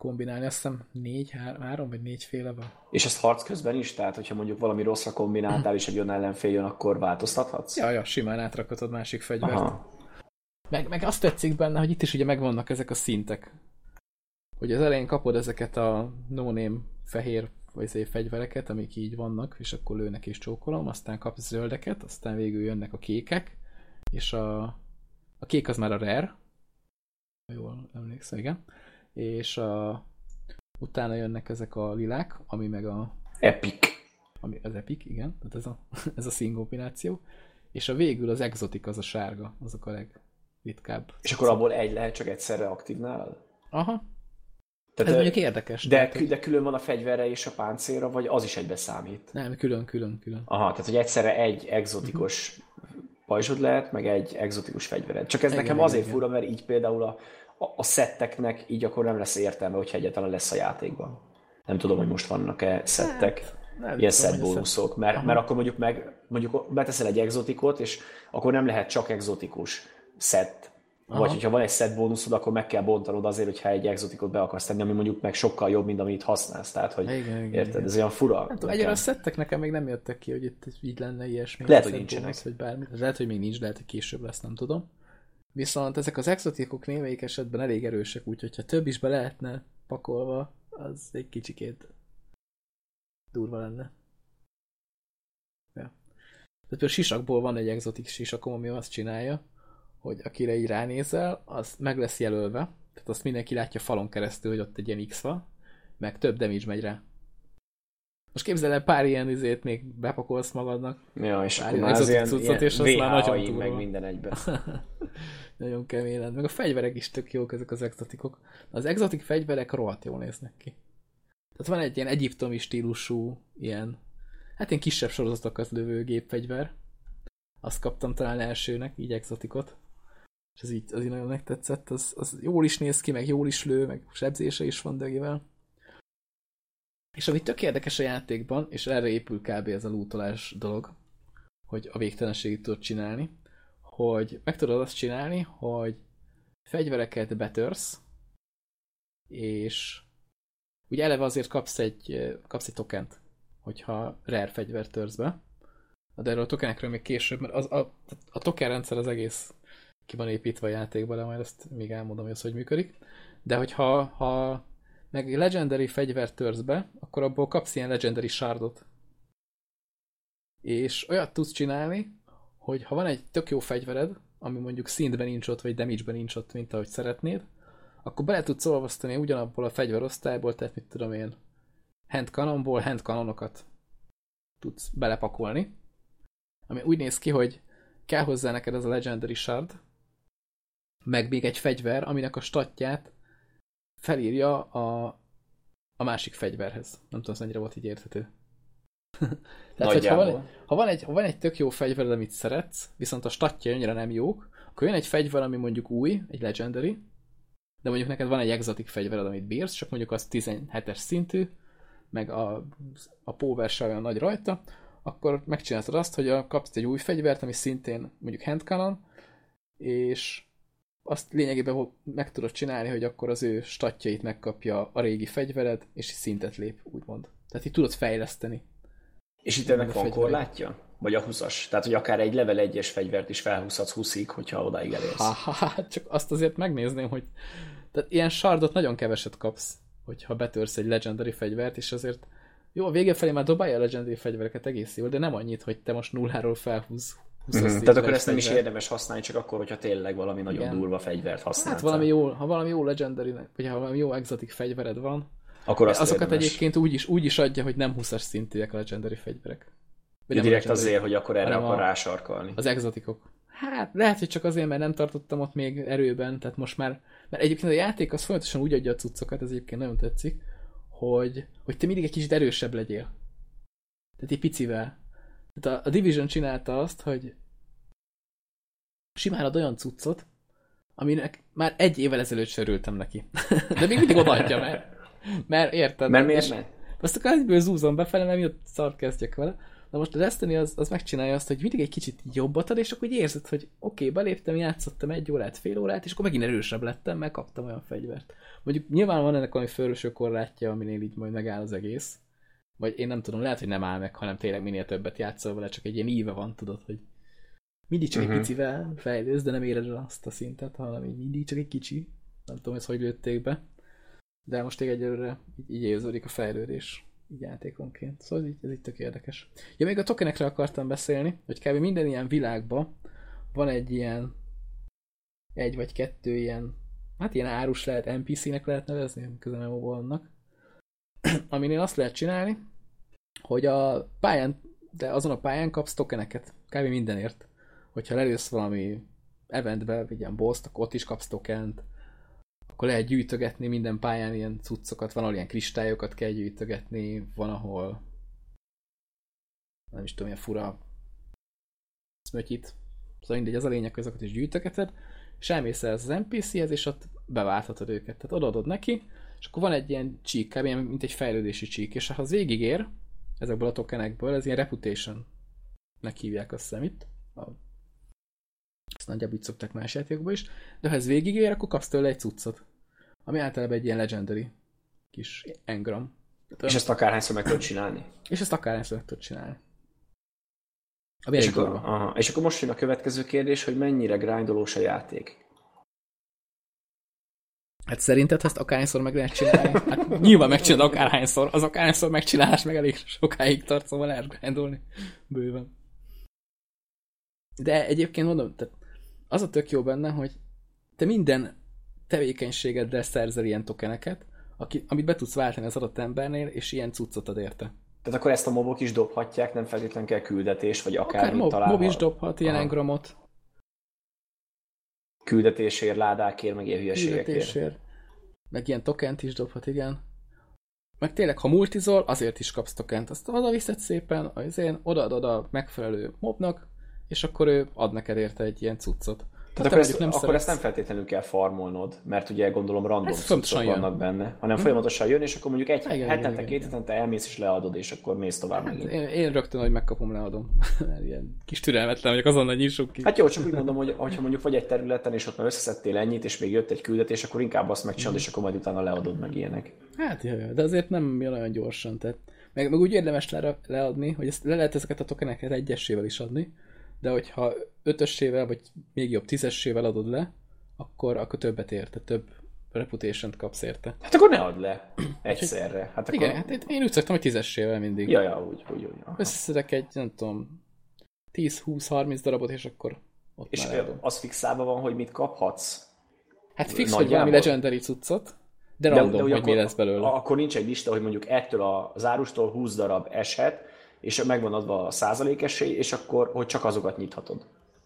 kombinálni, azt hiszem 3 vagy 4 féle van. És ezt harc közben is? Tehát, hogyha mondjuk valami rosszra kombináltál, és egy olyan ellenfél jön, akkor változtathatsz? Ja, simán átrakhatod másik fegyvert. Aha. Meg azt tetszik benne, hogy itt is ugye megvannak ezek a szintek. Hogy az elején kapod ezeket a no-name fehér vagy fegyvereket, amik így vannak, és akkor lőnek és csókolom, aztán kapsz zöldeket, aztán végül jönnek a kékek, és a kék az már a rare, jól emlékszem, igen, és utána jönnek ezek a lilák, ami meg a... Epic. Ami az epic, igen, tehát ez a színkombináció, és a végül az exotik, az a sárga, azok a legritkább. És akkor abból egy lehet csak egyszerre aktív nálad? Aha. Tehát, ez mondjuk érdekes. De külön van a fegyverre és a páncélra, vagy az is egybe számít? Nem, külön. Aha, tehát hogy egyszerre egy exotikus pajzsod lehet, meg egy exotikus fegyvered. Csak ez nekem azért fura, mert így például a szetteknek így akkor nem lesz értelme, hogyha egyáltalán lesz a játékban. Nem tudom, hogy most vannak-e szettek, ilyen szettbónuszok, mert akkor mondjuk beteszel egy exotikot, és akkor nem lehet csak exotikus szett. Vagy hogyha van egy set bónuszod, akkor meg kell bontanod azért, hogyha egy exotikot be akarsz tenni, ami mondjuk meg sokkal jobb, mint amit használsz. Tehát, hogy érted, ez olyan fura. Hát, egyre a szettek nekem még nem jöttek ki, hogy itt így lenne ilyesmi. Lehet, hogy nincsenek. Bónusz, vagy bármi. Lehet, hogy még nincs, lehet, hogy később lesz, nem tudom. Viszont ezek az exotikok némelyik esetben elég erősek, úgyhogy ha több is be lehetne pakolva, az egy kicsikét durva lenne. Ja. Tehát például sisakból van egy exotik sisakom, ami azt csinálja, hogy akire így ránézel, az meg lesz jelölve, tehát azt mindenki látja falon keresztül, hogy ott egy ilyen X van, meg több damage megy rá. Most képzeld el, pár ilyen izét még bepakolsz magadnak. Ja, és akkor már az ilyen és az már nagyon durva. meg minden egyben. Nagyon kemény lenne. Meg a fegyverek is tök jók, ezek az exotikok. Az exotik fegyverek rohadt jól néznek ki. Tehát van egy ilyen egyiptomi stílusú, ilyen kisebb sorozatokat lövő gépfegyver. Azt kaptam talán elsőnek, így exotikot. És az így nagyon megtetszett. Az jól is néz ki, meg jól is lő, meg sebzése is van dögivel. És ami tök érdekes a játékban, és erre épül kb. Ez a lootolás dolog, hogy a végtelenségig tudod csinálni, hogy meg tudod azt csinálni, hogy fegyvereket betörsz, és ugye eleve azért kapsz egy tokent, hogyha rare fegyvert törsz be. De erről a tokenekről még később, mert a token rendszer az egész ki van építve a játékban, de majd ezt még elmondom, hogy ez hogy működik. De hogyha meg legendary fegyvert törsz be, akkor abból kapsz ilyen legendary shardot. És olyat tudsz csinálni, hogy ha van egy tök jó fegyvered, ami mondjuk szintben nincs ott, vagy damage-ben nincs ott, mint ahogy szeretnéd, akkor bele tudsz olvasztani ugyanabból a fegyverosztályból, tehát mit tudom én, hand canonokat tudsz belepakolni, ami úgy néz ki, hogy kell hozzá neked ez a legendary shard, meg még egy fegyver, aminek a statját felírja a másik fegyverhez. Nem tudom, mennyire volt így érthető. Tehát, hogy ha van egy tök jó fegyvered, amit szeretsz, viszont a statja annyira nem jók, akkor jön egy fegyver, ami mondjuk új, egy legendary, de mondjuk neked van egy exotic fegyvered, amit bírsz, csak mondjuk az 17-es szintű, meg a power se olyan nagy rajta, akkor megcsináltad azt, hogy kapsz egy új fegyvert, ami szintén mondjuk handcannon, és azt lényegében meg tudod csinálni, hogy akkor az ő statjait megkapja a régi fegyvered, és szintet lép, úgymond. Tehát így tudod fejleszteni. És itt ennek van korlátja? Vagy a 20-as? Tehát, hogy akár egy level 1-es fegyvert is felhúzhatsz 20-ig, hogyha odáig elérsz. Csak azt azért megnézném, hogy tehát ilyen shardot nagyon keveset kapsz, hogyha betörsz egy legendary fegyvert, és azért jó, a vége felé már dobálja a legendary fegyvereket egész jól, de nem annyit, hogy te most 0-ról felhúz 20-as Tehát akkor ezt nem is érdemes használni, csak akkor, hogyha tényleg valami nagyon durva fegyvert használsz. Hát ha valami jó legendary, vagy ha valami jó exotic fegyvered van, akkor azokat érdemes. Egyébként úgy is adja, hogy nem 20-as szintűek a legendary fegyverek. Direkt azért, hogy akkor erre akar rásarkalni. Az exotikok. Hát lehet, hogy csak azért, mert nem tartottam ott még erőben, tehát most már, mert egyébként a játék az folyamatosan úgy adja a cuccokat, ez egyébként nagyon tetszik, hogy te mindig egy kicsit erősebb legyél. Tehát egy picivel. Tehát a Division csinálta azt, hogy simán ad olyan cuccot, aminek már 1 évvel ezelőtt se örültem neki. De még mindig odaadja, mert érted? Mert miért ne? Azt akkor egyből zúzom befele, nem jött szart kezdjek vele. Na most a Destiny az megcsinálja azt, hogy mindig egy kicsit jobbat ad, és akkor úgy érzed, hogy oké, beléptem, játszottam 1 órát, fél órát, és akkor megint erősebb lettem, mert kaptam olyan fegyvert. Mondjuk nyilván van ennek valami fölöső korlátja, aminél így majd megáll az egész. Vagy én nem tudom, lehet, hogy nem áll meg, hanem tényleg minél többet játszol vele, csak egy ilyen íve van, tudod, hogy mindig csak egy picivel fejlődsz, de nem éred el azt a szintet, hanem így mindig csak egy kicsi. Nem tudom, ezt hogy lőtték be. De most egyelőre így érződik a fejlődés így játékonként. Szóval ez így tök érdekes. Ja, még a tokenekre akartam beszélni, hogy kb. Minden ilyen világban van egy ilyen 1 vagy 2 ilyen, hát ilyen árus lehet, NPC-nek lehet nevezni, közelmemóban vannak, aminél azt lehet csinálni, hogy a pályán, de azon a pályán kapsz tokeneket, kb. Mindenért. Hogyha lelősz valami eventbe, vagy ilyen boss-t, akkor ott is kapsz tokent, akkor lehet gyűjtögetni minden pályán ilyen cuccokat, van, ahol ilyen kristályokat kell gyűjtögetni, van, ahol nem is tudom, ilyen fura szmötyit. Szóval mindegy, az a lényeg, hogy azokat is gyűjtögeted, és elmész el az NPC-hez, és ott beválthatod őket. Tehát odaadod neki, és akkor van egy ilyen csík, kb. Mint egy fejlődési csík, és ha az végigér, ezekből a tokenekből, ez ilyen reputation-nek hívják, azt hiszem itt. Ezt nagyjából így szokták más játékokban is, de ha ez végigér, akkor kapsz tőle egy cuccot, ami általában egy ilyen legendary kis engram. És ezt akárhányszor meg tudod csinálni? És ezt akárhányszor meg tudod csinálni. És akkor most jön a következő kérdés, hogy mennyire grindolós a játék. Hát szerinted ezt akárhányszor meg lehet csinálni? Hát nyilván megcsinálod akárhányszor. Az akárhányszor megcsinálás meg elég sokáig tart, szóval lehet grindolni. Bőven. De egyébként mondom, tehát az a tök jó benne, hogy te minden tevékenységeddel szerzel ilyen tokeneket, amit be tudsz váltani az adott embernél, és ilyen cuccot ad érte. Tehát akkor ezt a mobok is dobhatják, nem feltétlenül kell küldetés, vagy akármit találva. Mob is dobhat ilyen engramot. Küldetésért, ládákért, meg ilyen hülyeségekért. Küldetésért. Meg ilyen tokent is dobhat, igen. Meg tényleg, ha multizol, azért is kapsz tokent. Azt oda viszed szépen, odaadod a megfelelő mobnak, és akkor ő ad neked érte egy ilyen cuccot. Tehát akkor ezt nem feltétlenül kell farmolnod, mert ugye gondolom random cuccok vannak benne, hanem folyamatosan jön, és akkor mondjuk hetente, 2 hetente elmész és leadod, és akkor mész tovább megint. Én rögtön, hogy megkapom, leadom. Ilyen kis türelmetlen vagyok, azonnal nyissuk ki. Hát jó, csak úgy mondom, hogy ha mondjuk vagy egy területen, és ott már összeszedtél ennyit, és még jött egy küldetés, akkor inkább azt megcsinálod, és akkor majd utána leadod meg ilyenek. Hát jaj, de azért nem jön olyan gyorsan. Tehát meg úgy érdemes leadni, hogy le lehet ezeket a tokeneket egyesével is adni, de hogyha 5-össével, vagy még jobb 10-essével adod le, akkor többet érte, több reputation-t kapsz érte. Hát akkor ne add le egyszerre. Hát akkor... Igen, hát én úgy szoktam, hogy 10-essével mindig. Ja, úgy. Összeszedek egy, nem tudom, 10-20-30 darabot, és akkor ott és már adom. Az fixálva van, hogy mit kaphatsz? Hát fix, hogy valami legendary cuccot, de random, hogy akkor, mi lesz belőle. Akkor nincs egy lista, hogy mondjuk ettől az árustól 20 darab eshet, és megvan adva a százalékesély, és akkor, hogy csak azokat nyithatod.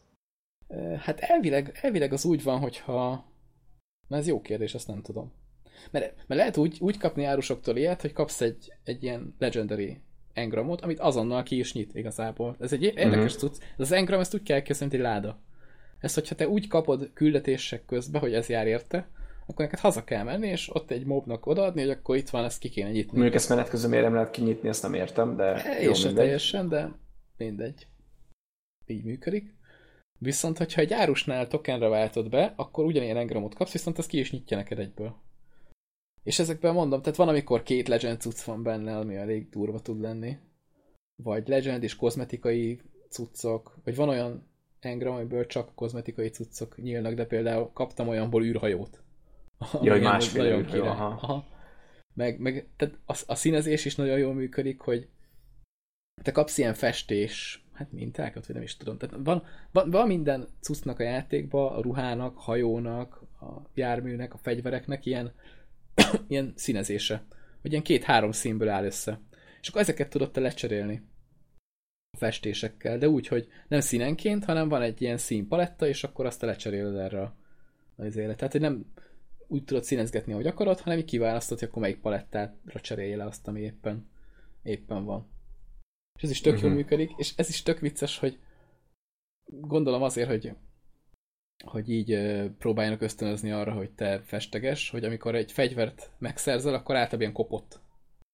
Hát elvileg az úgy van, hogyha... Na ez jó kérdés, azt nem tudom. Mert lehet úgy kapni árusoktól ilyet, hogy kapsz egy ilyen legendary engramot, amit azonnal ki is nyit igazából. Ez egy érdekes cucc. Az engram, ezt úgy kell elképzelni, mint egy láda. Ezt, hogyha te úgy kapod küldetések közben, hogy ez jár érte, akkor neked haza kell menni, és ott egy mobnak odaadni, hogy akkor itt van, ezt ki kéne nyitni. Mondjuk ezt menet közben miért nem lehet kinyitni, ezt nem értem, de jó, mindegy. Teljesen, de mindegy. Így működik. Viszont, hogyha egy árusnál tokenre váltod be, akkor ugyanilyen engramot kapsz, viszont az ki is nyitja neked egyből. És ezekben mondom, tehát van, amikor 2 legend cucc van benne, ami elég durva tud lenni. Vagy legend és kozmetikai cuccok, vagy van olyan engram, amiből csak kozmetikai cuccok nyílnak, de például kaptam olyanból űrhajót. Ja, hogy másféle űrhajó, aha. Meg tehát a színezés is nagyon jól működik, hogy te kapsz ilyen festés, hát mintákat, vagy nem is tudom. Tehát van minden cuccnak a játékban, a ruhának, hajónak, a járműnek, a fegyvereknek ilyen színezése. Hogy ilyen 2-3 színből áll össze. És akkor ezeket tudod te lecserélni a festésekkel, de úgy, hogy nem színenként, hanem van egy ilyen színpaletta, és akkor azt te lecseréled erre az élet. Tehát, hogy nem úgy tudod színezgetni, ahogy akarod, hanem így kiválasztod, hogy akkor melyik palettára cserélje le azt, ami éppen van. És ez is tök jól működik, és ez is tök vicces, hogy gondolom azért, hogy így próbáljanak ösztönözni arra, hogy te festeges, hogy amikor egy fegyvert megszerzel, akkor általában ilyen kopott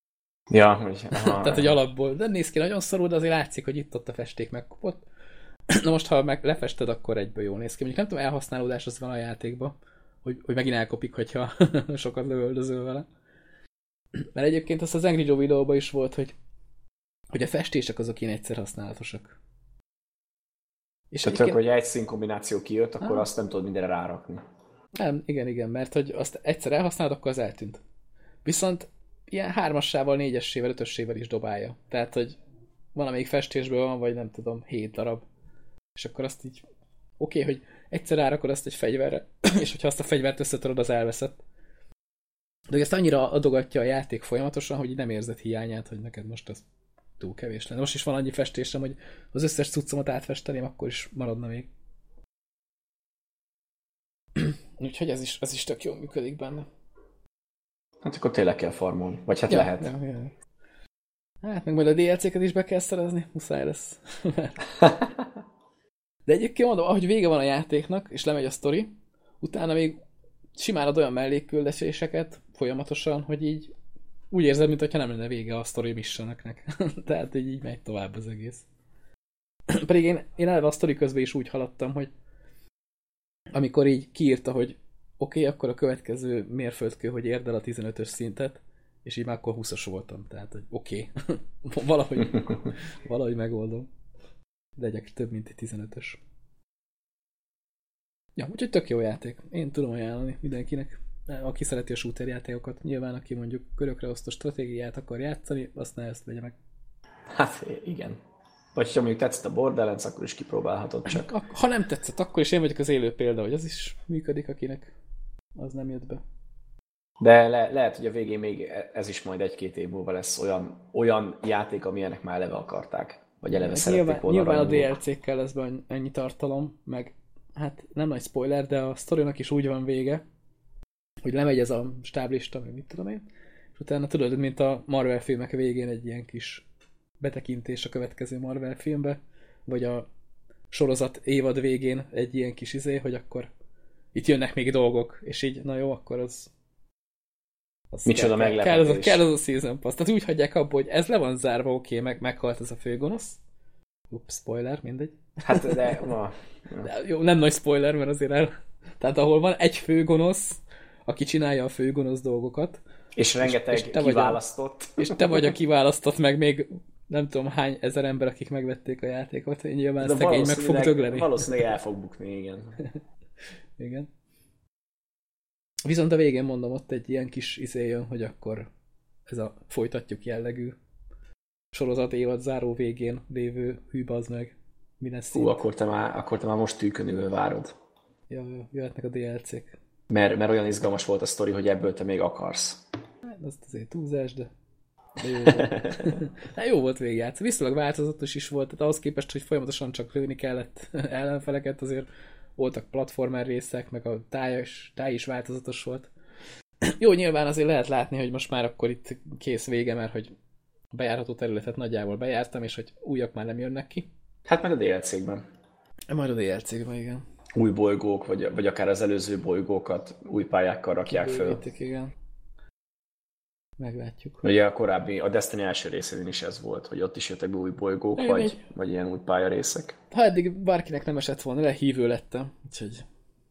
Ja, hogy... Tehát, hogy alapból. De néz ki nagyon szarul, de azért látszik, hogy itt-ott a festék megkopott. Na most, ha meg lefested, akkor egyből jól néz ki. Mondjuk nem tudom, elhasználódás az van a játékban, hogy megint elkopik, hogyha sokat lövöldözöl vele. Mert egyébként azt az Angry Joe videóban is volt, hogy a festések azok ilyen egyszer használatosak. És tehát hogy egy színkombináció kijött, akkor azt nem tudod mindenre rárakni. Nem, igen, mert hogy azt egyszer elhasználod, akkor az eltűnt. Viszont ilyen 3-assával, 4-essével, 5-össével is dobálja. Tehát, hogy valamelyik festésből van, vagy nem tudom, 7 darab. És akkor azt így oké, hogy egyszer rárakod azt egy fegyverre, és hogyha azt a fegyvert összetöröd, az elveszett. De ezt annyira adogatja a játék folyamatosan, hogy nem érzed hiányát, hogy neked most az túl kevés lenne. Most is van annyi festésem, hogy az összes cuccomat átfesteném, akkor is maradna még. Úgyhogy ez is tök jól működik benne. Hát akkor tényleg kell farmolni. Vagy hát lehet. Ja. Hát meg majd a DLC-ket is be kell szerezni. Muszáj lesz. De egyébként mondom, ahogy vége van a játéknak, és lemegy a sztori, utána még simán ad olyan mellékküldetéseket folyamatosan, hogy így úgy érzed, mintha nem lenne vége a sztori missioneknek. Tehát így megy tovább az egész. Pedig én eleve a sztori közben is úgy haladtam, hogy amikor így kiírta, hogy oké, akkor a következő mérföldkő, hogy érd el a 15-ös szintet, és így már akkor 20-as voltam. Tehát, hogy oké. Valahogy megoldom. De legyek több, mint egy 15-ös. Ja, úgyhogy tök jó játék. Én tudom ajánlani mindenkinek, aki szereti a shooter játékokat. Nyilván, aki mondjuk körökre osztó stratégiát akar játszani, azt ne ezt vegye meg. Hát igen. Vagy ha mondjuk tetszett a Borderlands, akkor is kipróbálhatod csak. Ha nem tetszett, akkor is én vagyok az élő példa, hogy az is működik, akinek az nem jött be. De lehet, hogy a végén még ez is majd 1-2 év múlva lesz olyan játék, amilyenek már eleve akarták. Vagy eleve szerették volna. Nyilván a DLC-kkel lesz be ennyi tartalom, meg hát nem nagy spoiler, de a sztorinak is úgy van vége, hogy lemegy ez a stáblista, meg mit tudom én, és utána tudod, mint a Marvel filmek végén egy ilyen kis betekintés a következő Marvel filmbe, vagy a sorozat évad végén egy ilyen kis hogy akkor itt jönnek még dolgok, és így, na jó, akkor az micsoda meglepetés. Kell az a Season Pass. Tehát úgy hagyják abba, hogy ez le van zárva, oké, meghalt ez a főgonosz. Ups, spoiler, mindegy. Hát de jó, nem nagy spoiler, mert azért Tehát ahol van egy főgonosz, aki csinálja a főgonosz dolgokat. És rengeteg és kiválasztott. És te vagy a kiválasztott, meg még nem tudom hány ezer ember, akik megvették a játékot. Nyilván szegény meg fog dögleni. Valószínűleg el fog bukni, igen. Igen. Viszont a végén mondom, ott egy ilyen kis jön, hogy akkor ez a folytatjuk jellegű sorozat évad záró végén lévő hűbazd meg. Akkor te már most tűkönülve várod. Ja, jöhetnek a DLC-k. Mert olyan izgalmas volt a sztori, hogy ebből te még akarsz. Hát, az azért túlzás, de jó volt. Jó volt végigjátszani. Viszonylag változatos is volt, tehát ahhoz képest, hogy folyamatosan csak lőni kellett ellenfeleket, azért voltak platformer részek, meg a táj is változatos volt. Jó, nyilván azért lehet látni, hogy most már akkor itt kész vége, mert hogy a bejárható területet nagyjából bejártam, és hogy újak már nem jönnek ki. Hát meg a DLC-kben. Majd a DLC-kben, igen. Új bolygók, vagy akár az előző bolygókat új pályákkal rakják föl. Igen. Meglátjuk. Ugye a Destiny első részén is ez volt, hogy ott is jöttek be új bolygók, vagy ilyen új pályarészek. Ha eddig bárkinek nem esett volna, hívő lettem, úgyhogy...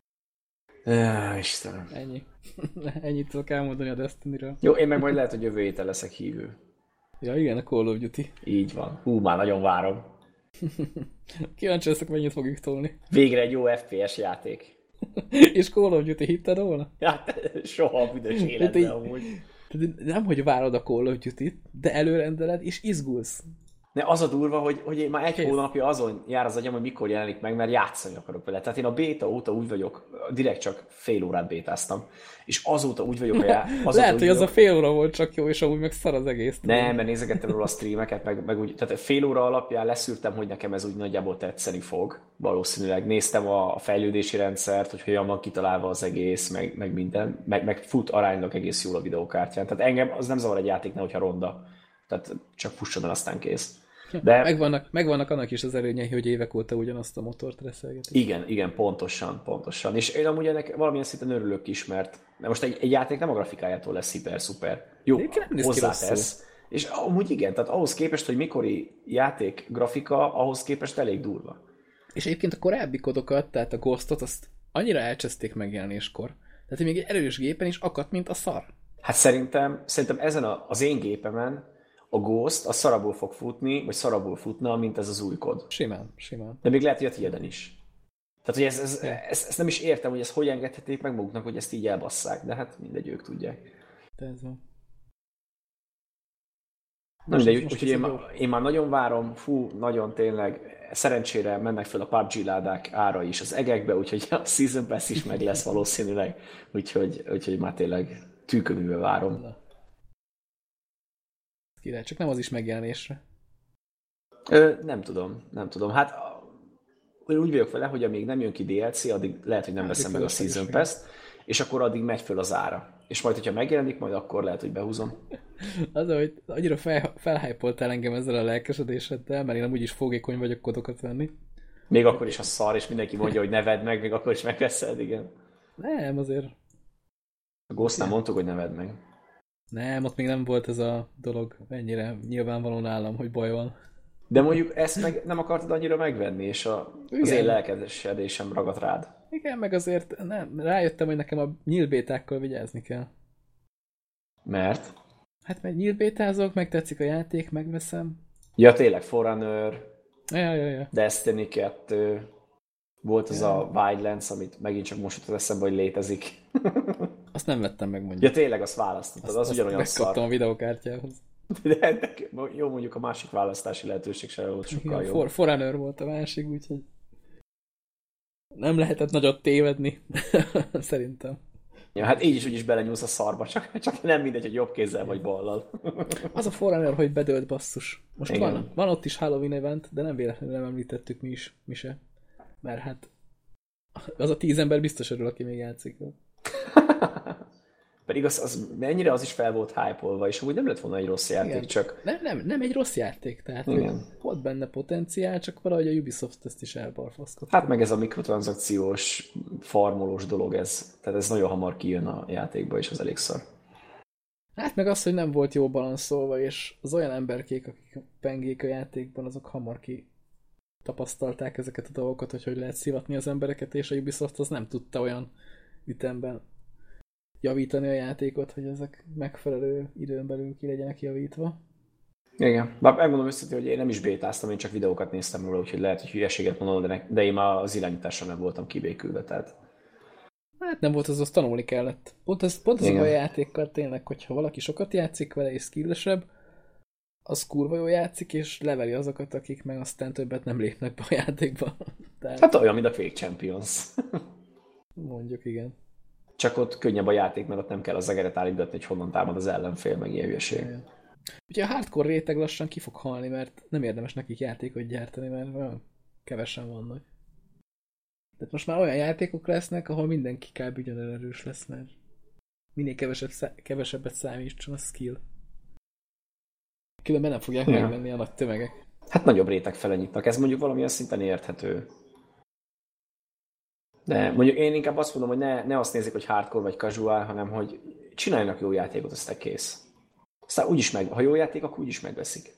Istenem. Ennyi. Ennyit tudok elmondani a Destiny-ről. Jó, én meg majd lehet, hogy jövő héten leszek hívő. Ja, igen, a Call of Duty. Így van. Már nagyon várom. Kíváncsi leszek, mennyit fogjuk tolni. Végre egy jó FPS játék. És Call of Duty hitted volna? Hát, soha a büdös életben amúgy. Nem, hogy várod a Call of Duty-t, de előrendeled, és izgulsz. Ne, az a durva, hogy én már egy hónapja azon jár az agyam, hogy mikor jelenik meg, mert játszani akarok vele. Tehát én a béta óta úgy vagyok, direkt csak fél órát bétáztam, és azóta úgy vagyok, lehet, hogy az a fél óra volt csak jó, és amúgy meg szar az egész. Nem, mert nézegettem róla a streameket, meg úgy, tehát fél óra alapján leszűrtem, hogy nekem ez úgy nagyjából tetszeni fog. Valószínűleg néztem a fejlődési rendszert, hogy hogyan van kitalálva az egész, meg minden, meg fut aránylag egész jól a videókártyán. Tehát engem az nem zavar egy játéknál, hogyha ronda. Tehát csak fusson el, aztán kész. De... Megvannak annak is az előnyei, hogy évek óta ugyanazt a motort reszelgetik. Igen, pontosan. És én amúgy ennek valamilyen szinten örülök is, mert most egy játék nem a grafikájától lesz hiper-szuper. Jó, hozzátesz, És amúgy igen, tehát ahhoz képest, hogy mikori játék grafika, ahhoz képest elég durva. És egyébként a korábbi kodokat, tehát a Ghostot, azt annyira elcseszték megjelenéskor. Tehát még egy erős gépen is akadt, mint a szar. Hát szerintem ezen az én gépemen a Ghost a szarabul fog futni, vagy szarabul futna, mint ez az új kod. Simán, simán. De még lehet, hogy a tiéden is. Tehát, hogy Ja. ezt nem is értem, hogy ezt hogy engedhetik meg maguknak, hogy ezt így elbasszák, de hát mindegy, ők tudják. De ez van. Na mindegy, úgyhogy én már nagyon várom, nagyon tényleg, szerencsére mennek fel a PUBG ládák ára is az egekbe, úgyhogy a Season Pass is meg lesz valószínűleg, úgyhogy már tényleg tűkönülve várom. Na. Király, csak nem az is megjelenésre. Nem tudom. Hát úgy vagyok vele, hogy amíg nem jön ki DLC, addig lehet, hogy nem veszem meg a Season Pass-t, és akkor addig megy föl az ára. És majd, hogyha megjelenik, majd akkor lehet, hogy behúzom. Az, hogy annyira felhypoltál engem ezzel a lelkesedéseddel, mert én amúgy is fogékony vagyok kodokat venni. Még akkor is a szar, és mindenki mondja, hogy ne vedd meg, még akkor is megveszed, igen. Nem, azért. A Ghostnál mondtuk, hogy ne vedd meg. Nem, ott még nem volt ez a dolog ennyire nyilvánvaló nálam, hogy baj van. De mondjuk ezt meg nem akartad annyira megvenni, és az én lelkesedésem ragadt rád. Igen, meg azért nem, rájöttem, hogy nekem a nyílbétákkal vigyázni kell. Mert? Hát meg nyílbétázok, meg tetszik a játék, megveszem. Ja, tényleg, Forerunner, Ja. Destiny 2, volt az a Wildlands, amit megint csak most jutott eszembe, hogy létezik. Azt nem vettem meg, mondjuk. Ja, tényleg, azt választottad, az ugyanolyan szar. Megkaptam a videókártyához. De jó, mondjuk a másik választási lehetőség sem volt sokkal jobb. Forerunner volt a másik, úgyhogy nem lehetett nagyot tévedni, szerintem. Ja, hát így is úgyis belenyúlsz a szarba, csak nem mindegy, hogy jobb kézzel vagy ballal. Az a Forerunner, hogy bedőlt, basszus. Most Igen. van ott is Halloween event, de nem véletlenül nem említettük mi se. Mert hát az a 10 ember biztos örül, aki még játszik. Pedig mennyire az is fel volt hype-olva, és amúgy nem lett volna egy rossz játék, Igen. csak... Nem egy rossz játék, tehát volt benne potenciál, csak valahogy a Ubisoft ezt is elbarfaszkodta. Hát meg ez a mikrotranszakciós, farmolós dolog, tehát ez nagyon hamar kijön a játékba, és az elég szar. Hát meg az, hogy nem volt jó balanszolva, és az olyan emberkék, akik pengék a játékban, azok hamar ki tapasztalták ezeket a dolgokat, hogy lehet szivatni az embereket, és a Ubisoft az nem tudta olyan ütemben javítani a játékot, hogy ezek megfelelő időn belül ki legyenek javítva. Igen. Bár megmondom őszintén, hogy én nem is bétáztam, én csak videókat néztem róla, úgyhogy lehet, hogy hülyeséget mondom, de én már az irányításra nem voltam kibékülve, tehát... Hát nem volt, az azt tanulni kellett. Pont az a játékkal tényleg, hogyha valaki sokat játszik vele és skillesebb, az kurva jól játszik, és leveli azokat, akik meg aztán többet nem lépnek be a játékba. Tehát... Hát olyan, mint a Quake Champions. Mondjuk, igen. Csak ott könnyebb a játék, mert ott nem kell az egeret állítgatni, hogy honnan támad az ellenfél, meg ilyen hülyeség. Igen. Ugye a hardcore réteg lassan ki fog halni, mert nem érdemes nekik játékot gyártani, mert olyan kevesen vannak. Tehát most már olyan játékok lesznek, ahol mindenki kb. Ugyanolyan erős lesz, mert minél kevesebbet számítson a skill. Különben nem fogják megvenni a nagy tömegek. Hát nagyobb réteg fele nyitnak, ez mondjuk valamilyen szinten érthető. De mondjuk én inkább azt mondom, hogy ne azt nézzék, hogy hardcore vagy casual, hanem hogy csináljanak jó játékot, aztán kész. Aztán úgyis ha jó játék, akkor úgyis megveszik.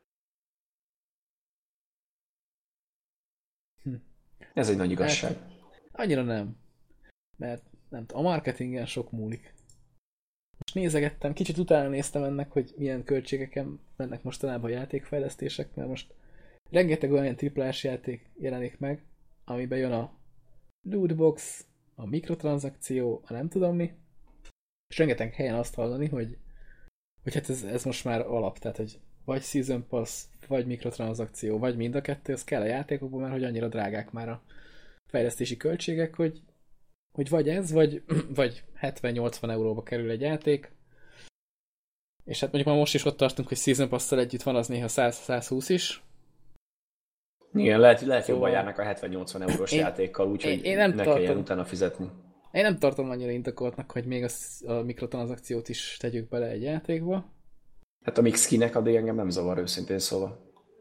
Ez egy nagy igazság. Hát, annyira nem. Mert nem tudom, a marketingen sok múlik. Most nézegettem, kicsit utána néztem ennek, hogy milyen költségeken mennek mostanában a játékfejlesztések, mert most rengeteg olyan triplás játék jelenik meg, amiben jön a lootbox, a mikrotranszakció, a nem tudom mi, és rengeteg helyen azt hallani, hogy hát ez most már alap, tehát hogy vagy Season Pass, vagy mikrotranszakció, vagy mind a kettő, az kell a játékokban, mert hogy annyira drágák már a fejlesztési költségek, hogy vagy ez, vagy 70-80 euróba kerül egy játék, és hát mondjuk már most is ott tartunk, hogy Season Pass-szal együtt van az néha 100-120 is. Igen, lehet jobban járnak a 70-80 eurós játékkal, úgyhogy ne kelljen utána fizetni. Én nem tartom annyira indokoltnak, hogy még a mikrotranszakciót is tegyük bele egy játékba. Hát a mix skinek addig engem nem zavar őszintén szóval.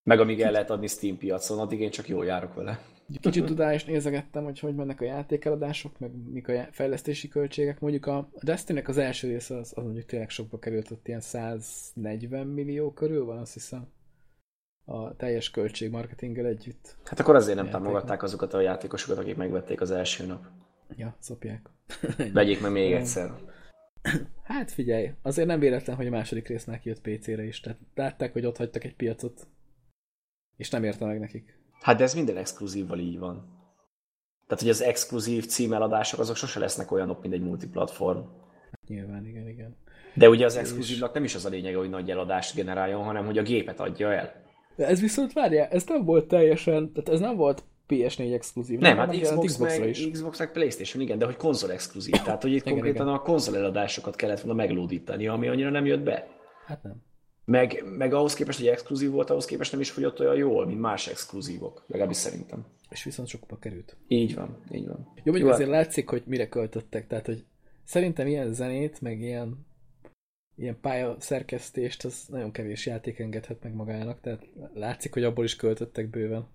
Meg amíg el lehet adni Steam piacon, addig én csak jól járok vele. Kicsit tudál is nézegettem, hogy mennek a játékeladások, meg mik a fejlesztési költségek. Mondjuk a Destiny-nek az első része az mondjuk tényleg sokba került, ott ilyen 140 millió körül van, azt hiszem. A teljes költség marketinggel együtt. Hát akkor azért nem támogatták azokat a játékosokat, akik megvették az első nap. Ja, szopják. Vegyék meg még egyszer. Hát figyelj, azért nem véletlen, hogy a második rész már kijött PC-re is. Tehát látták, hogy ott hagytak egy piacot, és nem érte meg nekik. Hát de ez minden exkluzívval így van. Tehát, hogy az exkluzív címeladások azok sose lesznek olyanok, mint egy multiplatform. Nyilván, igen. De ugye az exkluzívnak nem is az a lényege, hogy nagy eladást generáljon, hanem hogy a gépet adja el. De ez viszont várjál, ez nem volt teljesen, tehát ez nem volt PS4 exkluzív. Nem, hát Xbox meg PlayStation, igen, de hogy konzol exkluzív. Tehát, hogy itt konkrétan a konzol eladásokat kellett volna meglódítani, ami annyira nem jött be. Hát nem. Meg ahhoz képest, hogy exkluzív volt, ahhoz képest nem is fogyott olyan jól, mint más exkluzívok. Legalábbis szerintem. És viszont sokba került. Így van. Jó, mondjuk azért látszik, hogy mire költöttek. Tehát, hogy szerintem ilyen zenét, meg ilyen pályaszerkesztést, az nagyon kevés játék engedhet meg magának. Tehát látszik, hogy abból is költöttek bőven.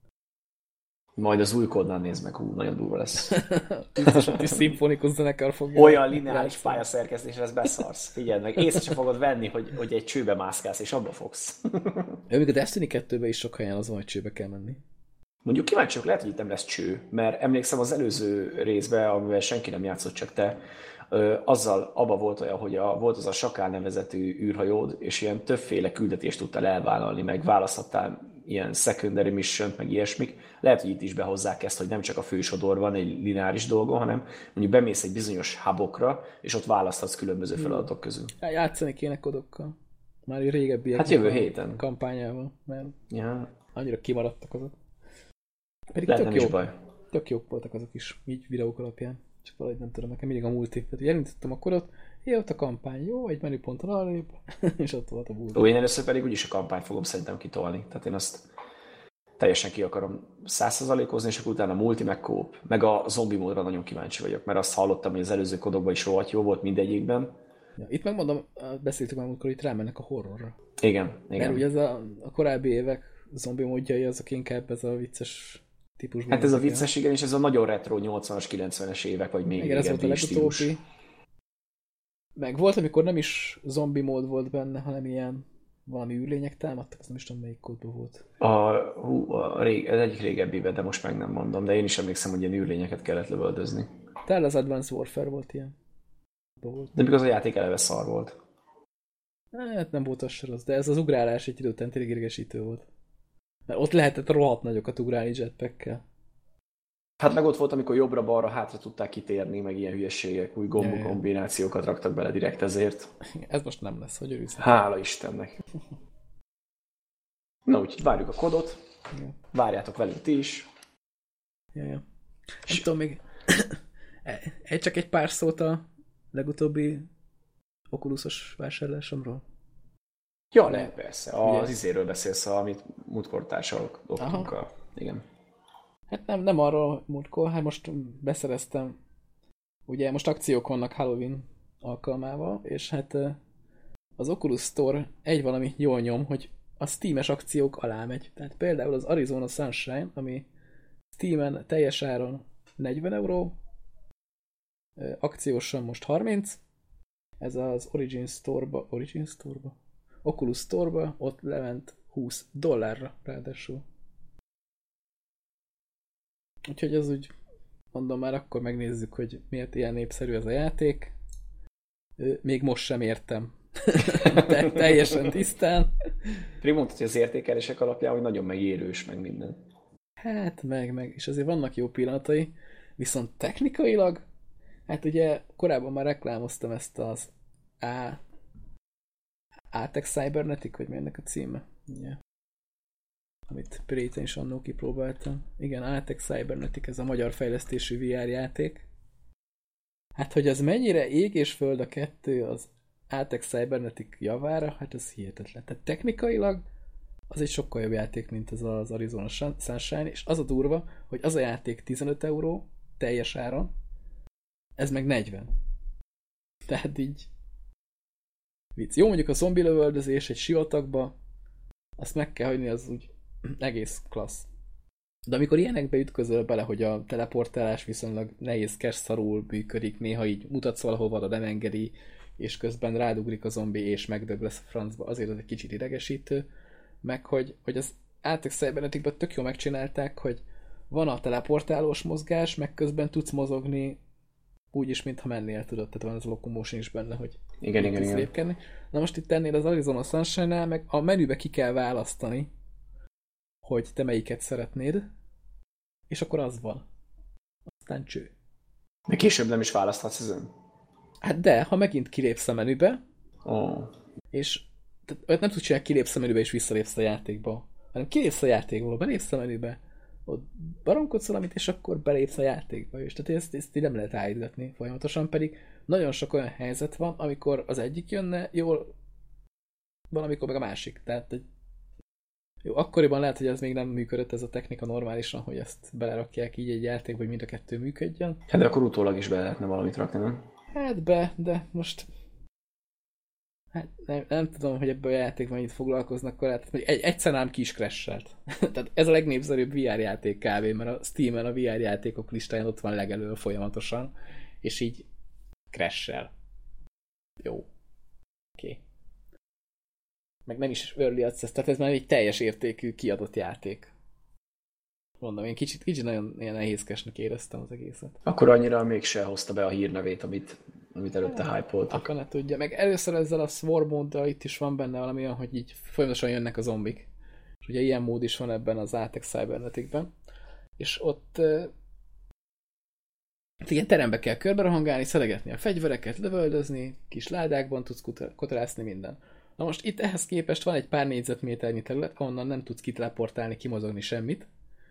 Majd az új kódnál nézd meg, nagyon durva lesz. Biztos, szimfonikus zenekar fogja. Olyan lineáris pályaszerkesztés, ez beszarsz. Figyeld meg, észre sem fogod venni, hogy egy csőbe mászkálsz, és abba fogsz. Még a Destiny 2-ben is sok helyen az van, hogy csőbe kell menni. Mondjuk kíváncsiak, lehet, hogy itt nem lesz cső, mert emlékszem az előző részben, amivel senki nem játszott, csak te, azzal abba volt olyan, hogy volt az a Sakál nevezetű űrhajód, és ilyen többféle küldetést tudtál elvállalni, meg választhattál ilyen secondary mission, meg ilyesmik. Lehet, hogy itt is behozzák ezt, hogy nem csak a fősodor van egy lineáris dolgon, hanem mondjuk bemész egy bizonyos hubokra, és ott választhatsz különböző feladatok közül. Játszani kéne kodokkal. Már régebbiek. Hát jövő héten. Kampányával, mert annyira kimaradtak azok. Pedig lehet, nem is baj. Tök jók voltak azok is, így videók alapján. Csak valahogy nem tudom, nekem mindig a multi. Tehát elindítottam a korot, ott a kampány, jó, egy menüponton arrébb, és ott volt a multi. Én először pedig úgyis a kampányt fogom szerintem kitolni. Tehát én azt teljesen ki akarom 100%-ozni, és akkor utána multi, meg co-op. Meg a zombi módra nagyon kíváncsi vagyok, mert azt hallottam, hogy az előző kodokban is rohadt jó volt mindegyikben. Ja, itt megmondom, beszéltük már, amikor itt rámennek a horrorra. Igen. Mert ugye ez a korábbi évek zombi módjai, azok inkább ez a vicces típus. Hát ez a vicces, igen, és ez a nagyon retro 80-as, 90-es évek, vagy még ez volt a legutóbbi. Meg volt, amikor nem is zombi mód volt benne, hanem ilyen valami űrlények támadtak, azt nem is tudom, melyik kódban volt. Ez egyik régebbiben, de most meg nem mondom, de én is emlékszem, hogy ilyen űrlényeket kellett lövöldözni. Talán az Advanced Warfare volt ilyen. De még az a játék eleve szar volt. Hát nem volt az se rossz, de ez az ugrálás egy idő után tényleg idegesítő volt. Mert ott lehetett rohadt nagyokat ugrálni jetpackkel. Hát meg ott volt, amikor jobbra-balra hátra tudták kitérni, meg ilyen hülyeségek, új gomb kombinációkat raktak bele direkt ezért. Ez most nem lesz, hogy örülsz. Hála Istennek. Na úgyhogy várjuk a kodot, várjátok velünk ti is. Ja. Nem tudom még csak egy pár szót a legutóbbi Oculusos vásárlásomról. Ja, lehet persze. Az izéről beszélsz, amit múltkor társalogtunk. Igen. Hát nem arról múltkor, hát most beszereztem. Ugye most akciók vannak Halloween alkalmával, és hát az Oculus Store egy valami jól nyom, hogy a Steam-es akciók alá megy. Tehát például az Arizona Sunshine, ami Steam-en teljes áron 40 euró, akciósan most 30, ez az Oculus Store-ba, ott lement $20 ráadásul. Úgyhogy az úgy, mondom, már akkor megnézzük, hogy miért ilyen népszerű ez a játék. Még most sem értem. Teljesen tisztán. Pedig mondtad, hogy az értékelések alapján, hogy nagyon megérős, meg minden. Hát, meg. És azért vannak jó pillanatai. Viszont technikailag, hát ugye korábban már reklámoztam ezt az ATEX Cybernetic, vagy mi ennek a címe? Yeah. Amit Préten is annól kipróbáltam. Igen, ATEX Cybernetic, ez a magyar fejlesztésű VR játék. Hát, hogy az mennyire ég és föld a kettő az ATEX Cybernetic javára, hát ez hihetetlen. Tehát technikailag az egy sokkal jobb játék, mint ez az Arizona Sunshine, és az a durva, hogy az a játék 15 euró teljes áron, ez meg 40. Tehát így vicc. Jó, mondjuk a zombi lövöldözés egy sivatagba, azt meg kell hagyni, az úgy egész klassz. De amikor ilyenekbe ütközöl bele, hogy a teleportálás viszonylag nehézkes, szarul működik, néha így mutatsz valahova, de nem engedi, és közben rádugrik a zombi, és megdög lesz a francba, azért az egy kicsit idegesítő, meg hogy az Apex Cyberneticben tök jól megcsinálták, hogy van a teleportálós mozgás, meg közben tudsz mozogni úgyis, mintha mennél, tudod, tehát van az a locomotion is benne, hogy Igen. lépkedni. Na most itt ennél az Arizona Sunshine-nál meg a menübe ki kell választani, hogy te melyiket szeretnéd, és akkor az van. Aztán cső. De később nem is választhatsz ezen? Hát de, ha megint kilépsz a menübe, és tehát nem tudsz csinálni, kilépsz a menübe és visszalépsz a játékba, hanem kilépsz a játékból, belépsz a menübe, ott baromkodsz valamit, és akkor belépsz a játékba. És tehát ezt így nem lehet állítgatni folyamatosan, pedig nagyon sok olyan helyzet van, amikor az egyik jönne jól, valamikor meg a másik. Tehát jó, akkoriban lehet, hogy ez még nem működött ez a technika normálisan, hogy ezt belerakják így egy játékba, hogy mind a kettő működjön. Hát de akkor utólag is be lehetne valamit rakni, nem? Hát de most hát nem tudom, hogy ebből a játékban itt foglalkoznak korán. Egyszer nem ki is crashelt. Tehát ez a legnépszerűbb VR játék kb, mert a Steam-en a VR játékok listáján ott van legelől folyamatosan, és így crashel. Jó. Oké. Meg nem is early access, tehát ez már egy teljes értékű kiadott játék. Mondom, én kicsit nagyon ilyen nehézkesnek éreztem az egészet. Akkor annyira mégse hozta be a hírnevét, amit előtte hype-oltak. Akkor ne tudja. Meg először ezzel a Swarm móddal itt is van benne valami olyan, hogy így folyamatosan jönnek a zombik. És ugye ilyen mód is van ebben az Apex Cyberneticben. És ott ilyen terembe kell körberohangálni, szedegetni a fegyvereket, lövöldözni, kis ládákban tudsz kotorászni, minden. Na most itt ehhez képest van egy pár négyzetméternyi terület, ahonnan nem tudsz kiteleportálni, kimozogni semmit.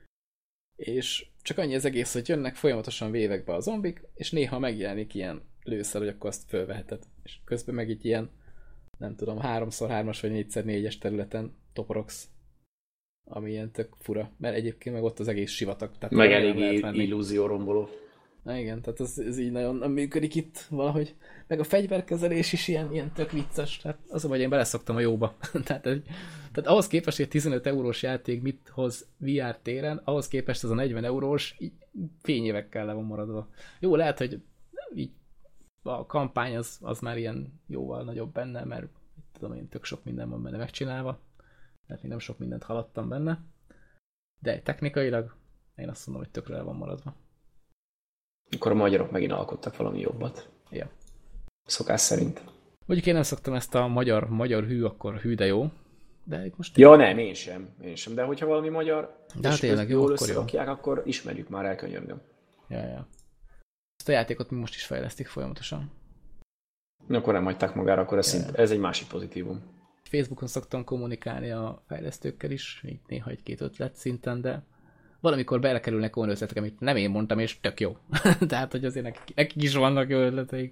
És csak annyi az egész, hogy jönnek folyamatosan vévekbe a zombik, és néha megjelenik ilyen lőszer, hogy akkor azt fölveheted. És közben meg így ilyen, nem tudom, 3x3-as vagy 4x4-es területen toporogsz. Ami ilyen tök fura, mert egyébként meg ott az egész sivatag. Tehát meg eléggé illúzióromboló. Na igen, tehát ez így nagyon nem működik itt valahogy. Meg a fegyverkezelés is ilyen tök vicces. Tehát az, hogy én beleszoktam a jóba. tehát ahhoz képest, hogy egy 15 eurós játék mit hoz VR téren, ahhoz képest az a 40 eurós így fényévekkel le van maradva. Jó, lehet, hogy így a kampány az már ilyen jóval nagyobb benne, mert tudom én, tök sok minden van benne megcsinálva. Tehát még nem sok mindent haladtam benne. De technikailag én azt mondom, hogy tökre le van maradva. Akkor a magyarok megint alkottak valami jobbat. Ja. Szokás szerint. Mondjuk én nem szoktam ezt a magyar hű, akkor hű, de jó. De itt most... Ja, nem, én sem. De hogyha valami magyar, de hát tényleg jó, jól összerakják, akkor ismerjük már el, könyörgöm. Ja. Ezt a játékot mi most is fejlesztik folyamatosan. Akkor nem hagyták magára, akkor ez egy másik pozitívum. Facebookon szoktam kommunikálni a fejlesztőkkel is, így néha egy-két ötlet szinten, de valamikor belekerülnek olyan ötletek, amit nem én mondtam, és tök jó. Tehát, hogy azért nekik is vannak jó ötleteik.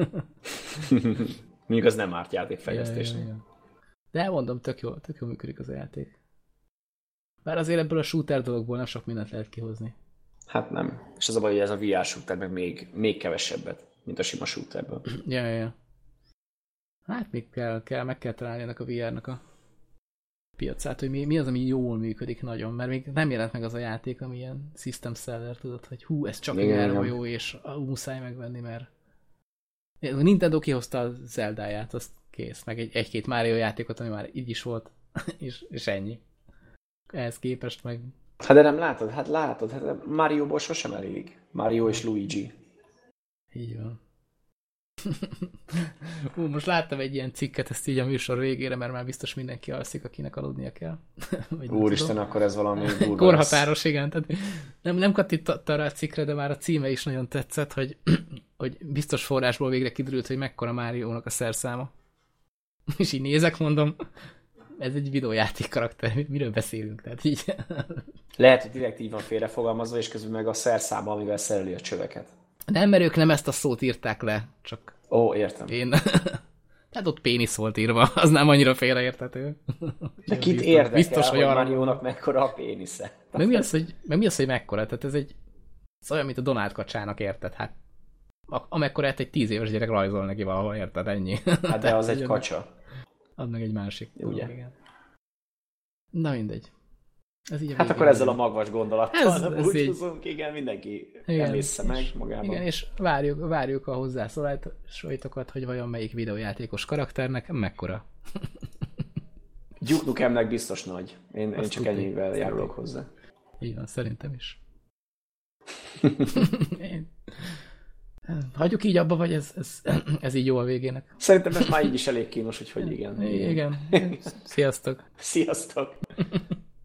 Mondjuk az nem árt játékfejlesztésnek. Ja. De mondom, tök jó működik az a játék. Bár azért ebből a shooter dologból nem sok mindent lehet kihozni. Hát nem. És az a baj, hogy ez a VR shooter meg még kevesebbet, mint a sima shooterből. Ja. Hát még meg kell találni ennek a VR-nak a piacát, hogy mi az, ami jól működik nagyon, mert még nem jelent meg az a játék, ami ilyen system seller, tudod, hogy hú, ez csak VR-ban jó, és muszáj megvenni, mert a Nintendo kihozta a Zeldáját, azt kész, meg egy-két Mario játékot, ami már így is volt, és ennyi. Ehhez képest meg... Hát de nem látod, hát Mario-ból sosem elég. Mario és Luigi. Így van. Most láttam egy ilyen cikket, ezt így a műsor végére, mert már biztos mindenki alszik, akinek aludnia kell. Úristen, akkor ez valami durva. Korhatáros, igen. Tehát nem kattintotta rá a cikkre, de már a címe is nagyon tetszett, hogy biztos forrásból végre kiderült, hogy mekkora Máriónak a szerszáma. És így nézek, mondom, ez egy videójáték karakter, miről beszélünk? Tehát így... Lehet, hogy direkt így van félrefogalmazva, és közben meg a szerszáma, amivel szereli a csöveket. Nem, mert ők nem ezt a szót írták le, csak... Ó, értem. Tehát ott pénisz volt írva, az nem annyira félreérthető. De kit érdekel, biztos, hogy Mariónak mekkora a pénisze? Meg mi az, hogy mekkora? Tehát ez olyan, mint a Donald kacsának, érted? Hát amekkorát egy 10 éves gyerek rajzol neki valahol, érted? Ennyi. Hát de az egy kacsa. Az meg egy másik. Ugye? Igen. Na mindegy. Ez így Hát akkor ezzel a magvas gondolattal búcsúzunk, igen, mindenki emészze meg magában. Igen, és várjuk a hozzászólásoitokat, hogy vajon melyik videójátékos karakternek mekkora. Duke Nukemnek biztos nagy. Én csak ennyivel járulok hozzá. Így van, szerintem is. Hagyjuk így abba, vagy ez így jó a végének? Szerintem ez már így is elég kínos, úgyhogy igen. Igen. Sziasztok! Sziasztok!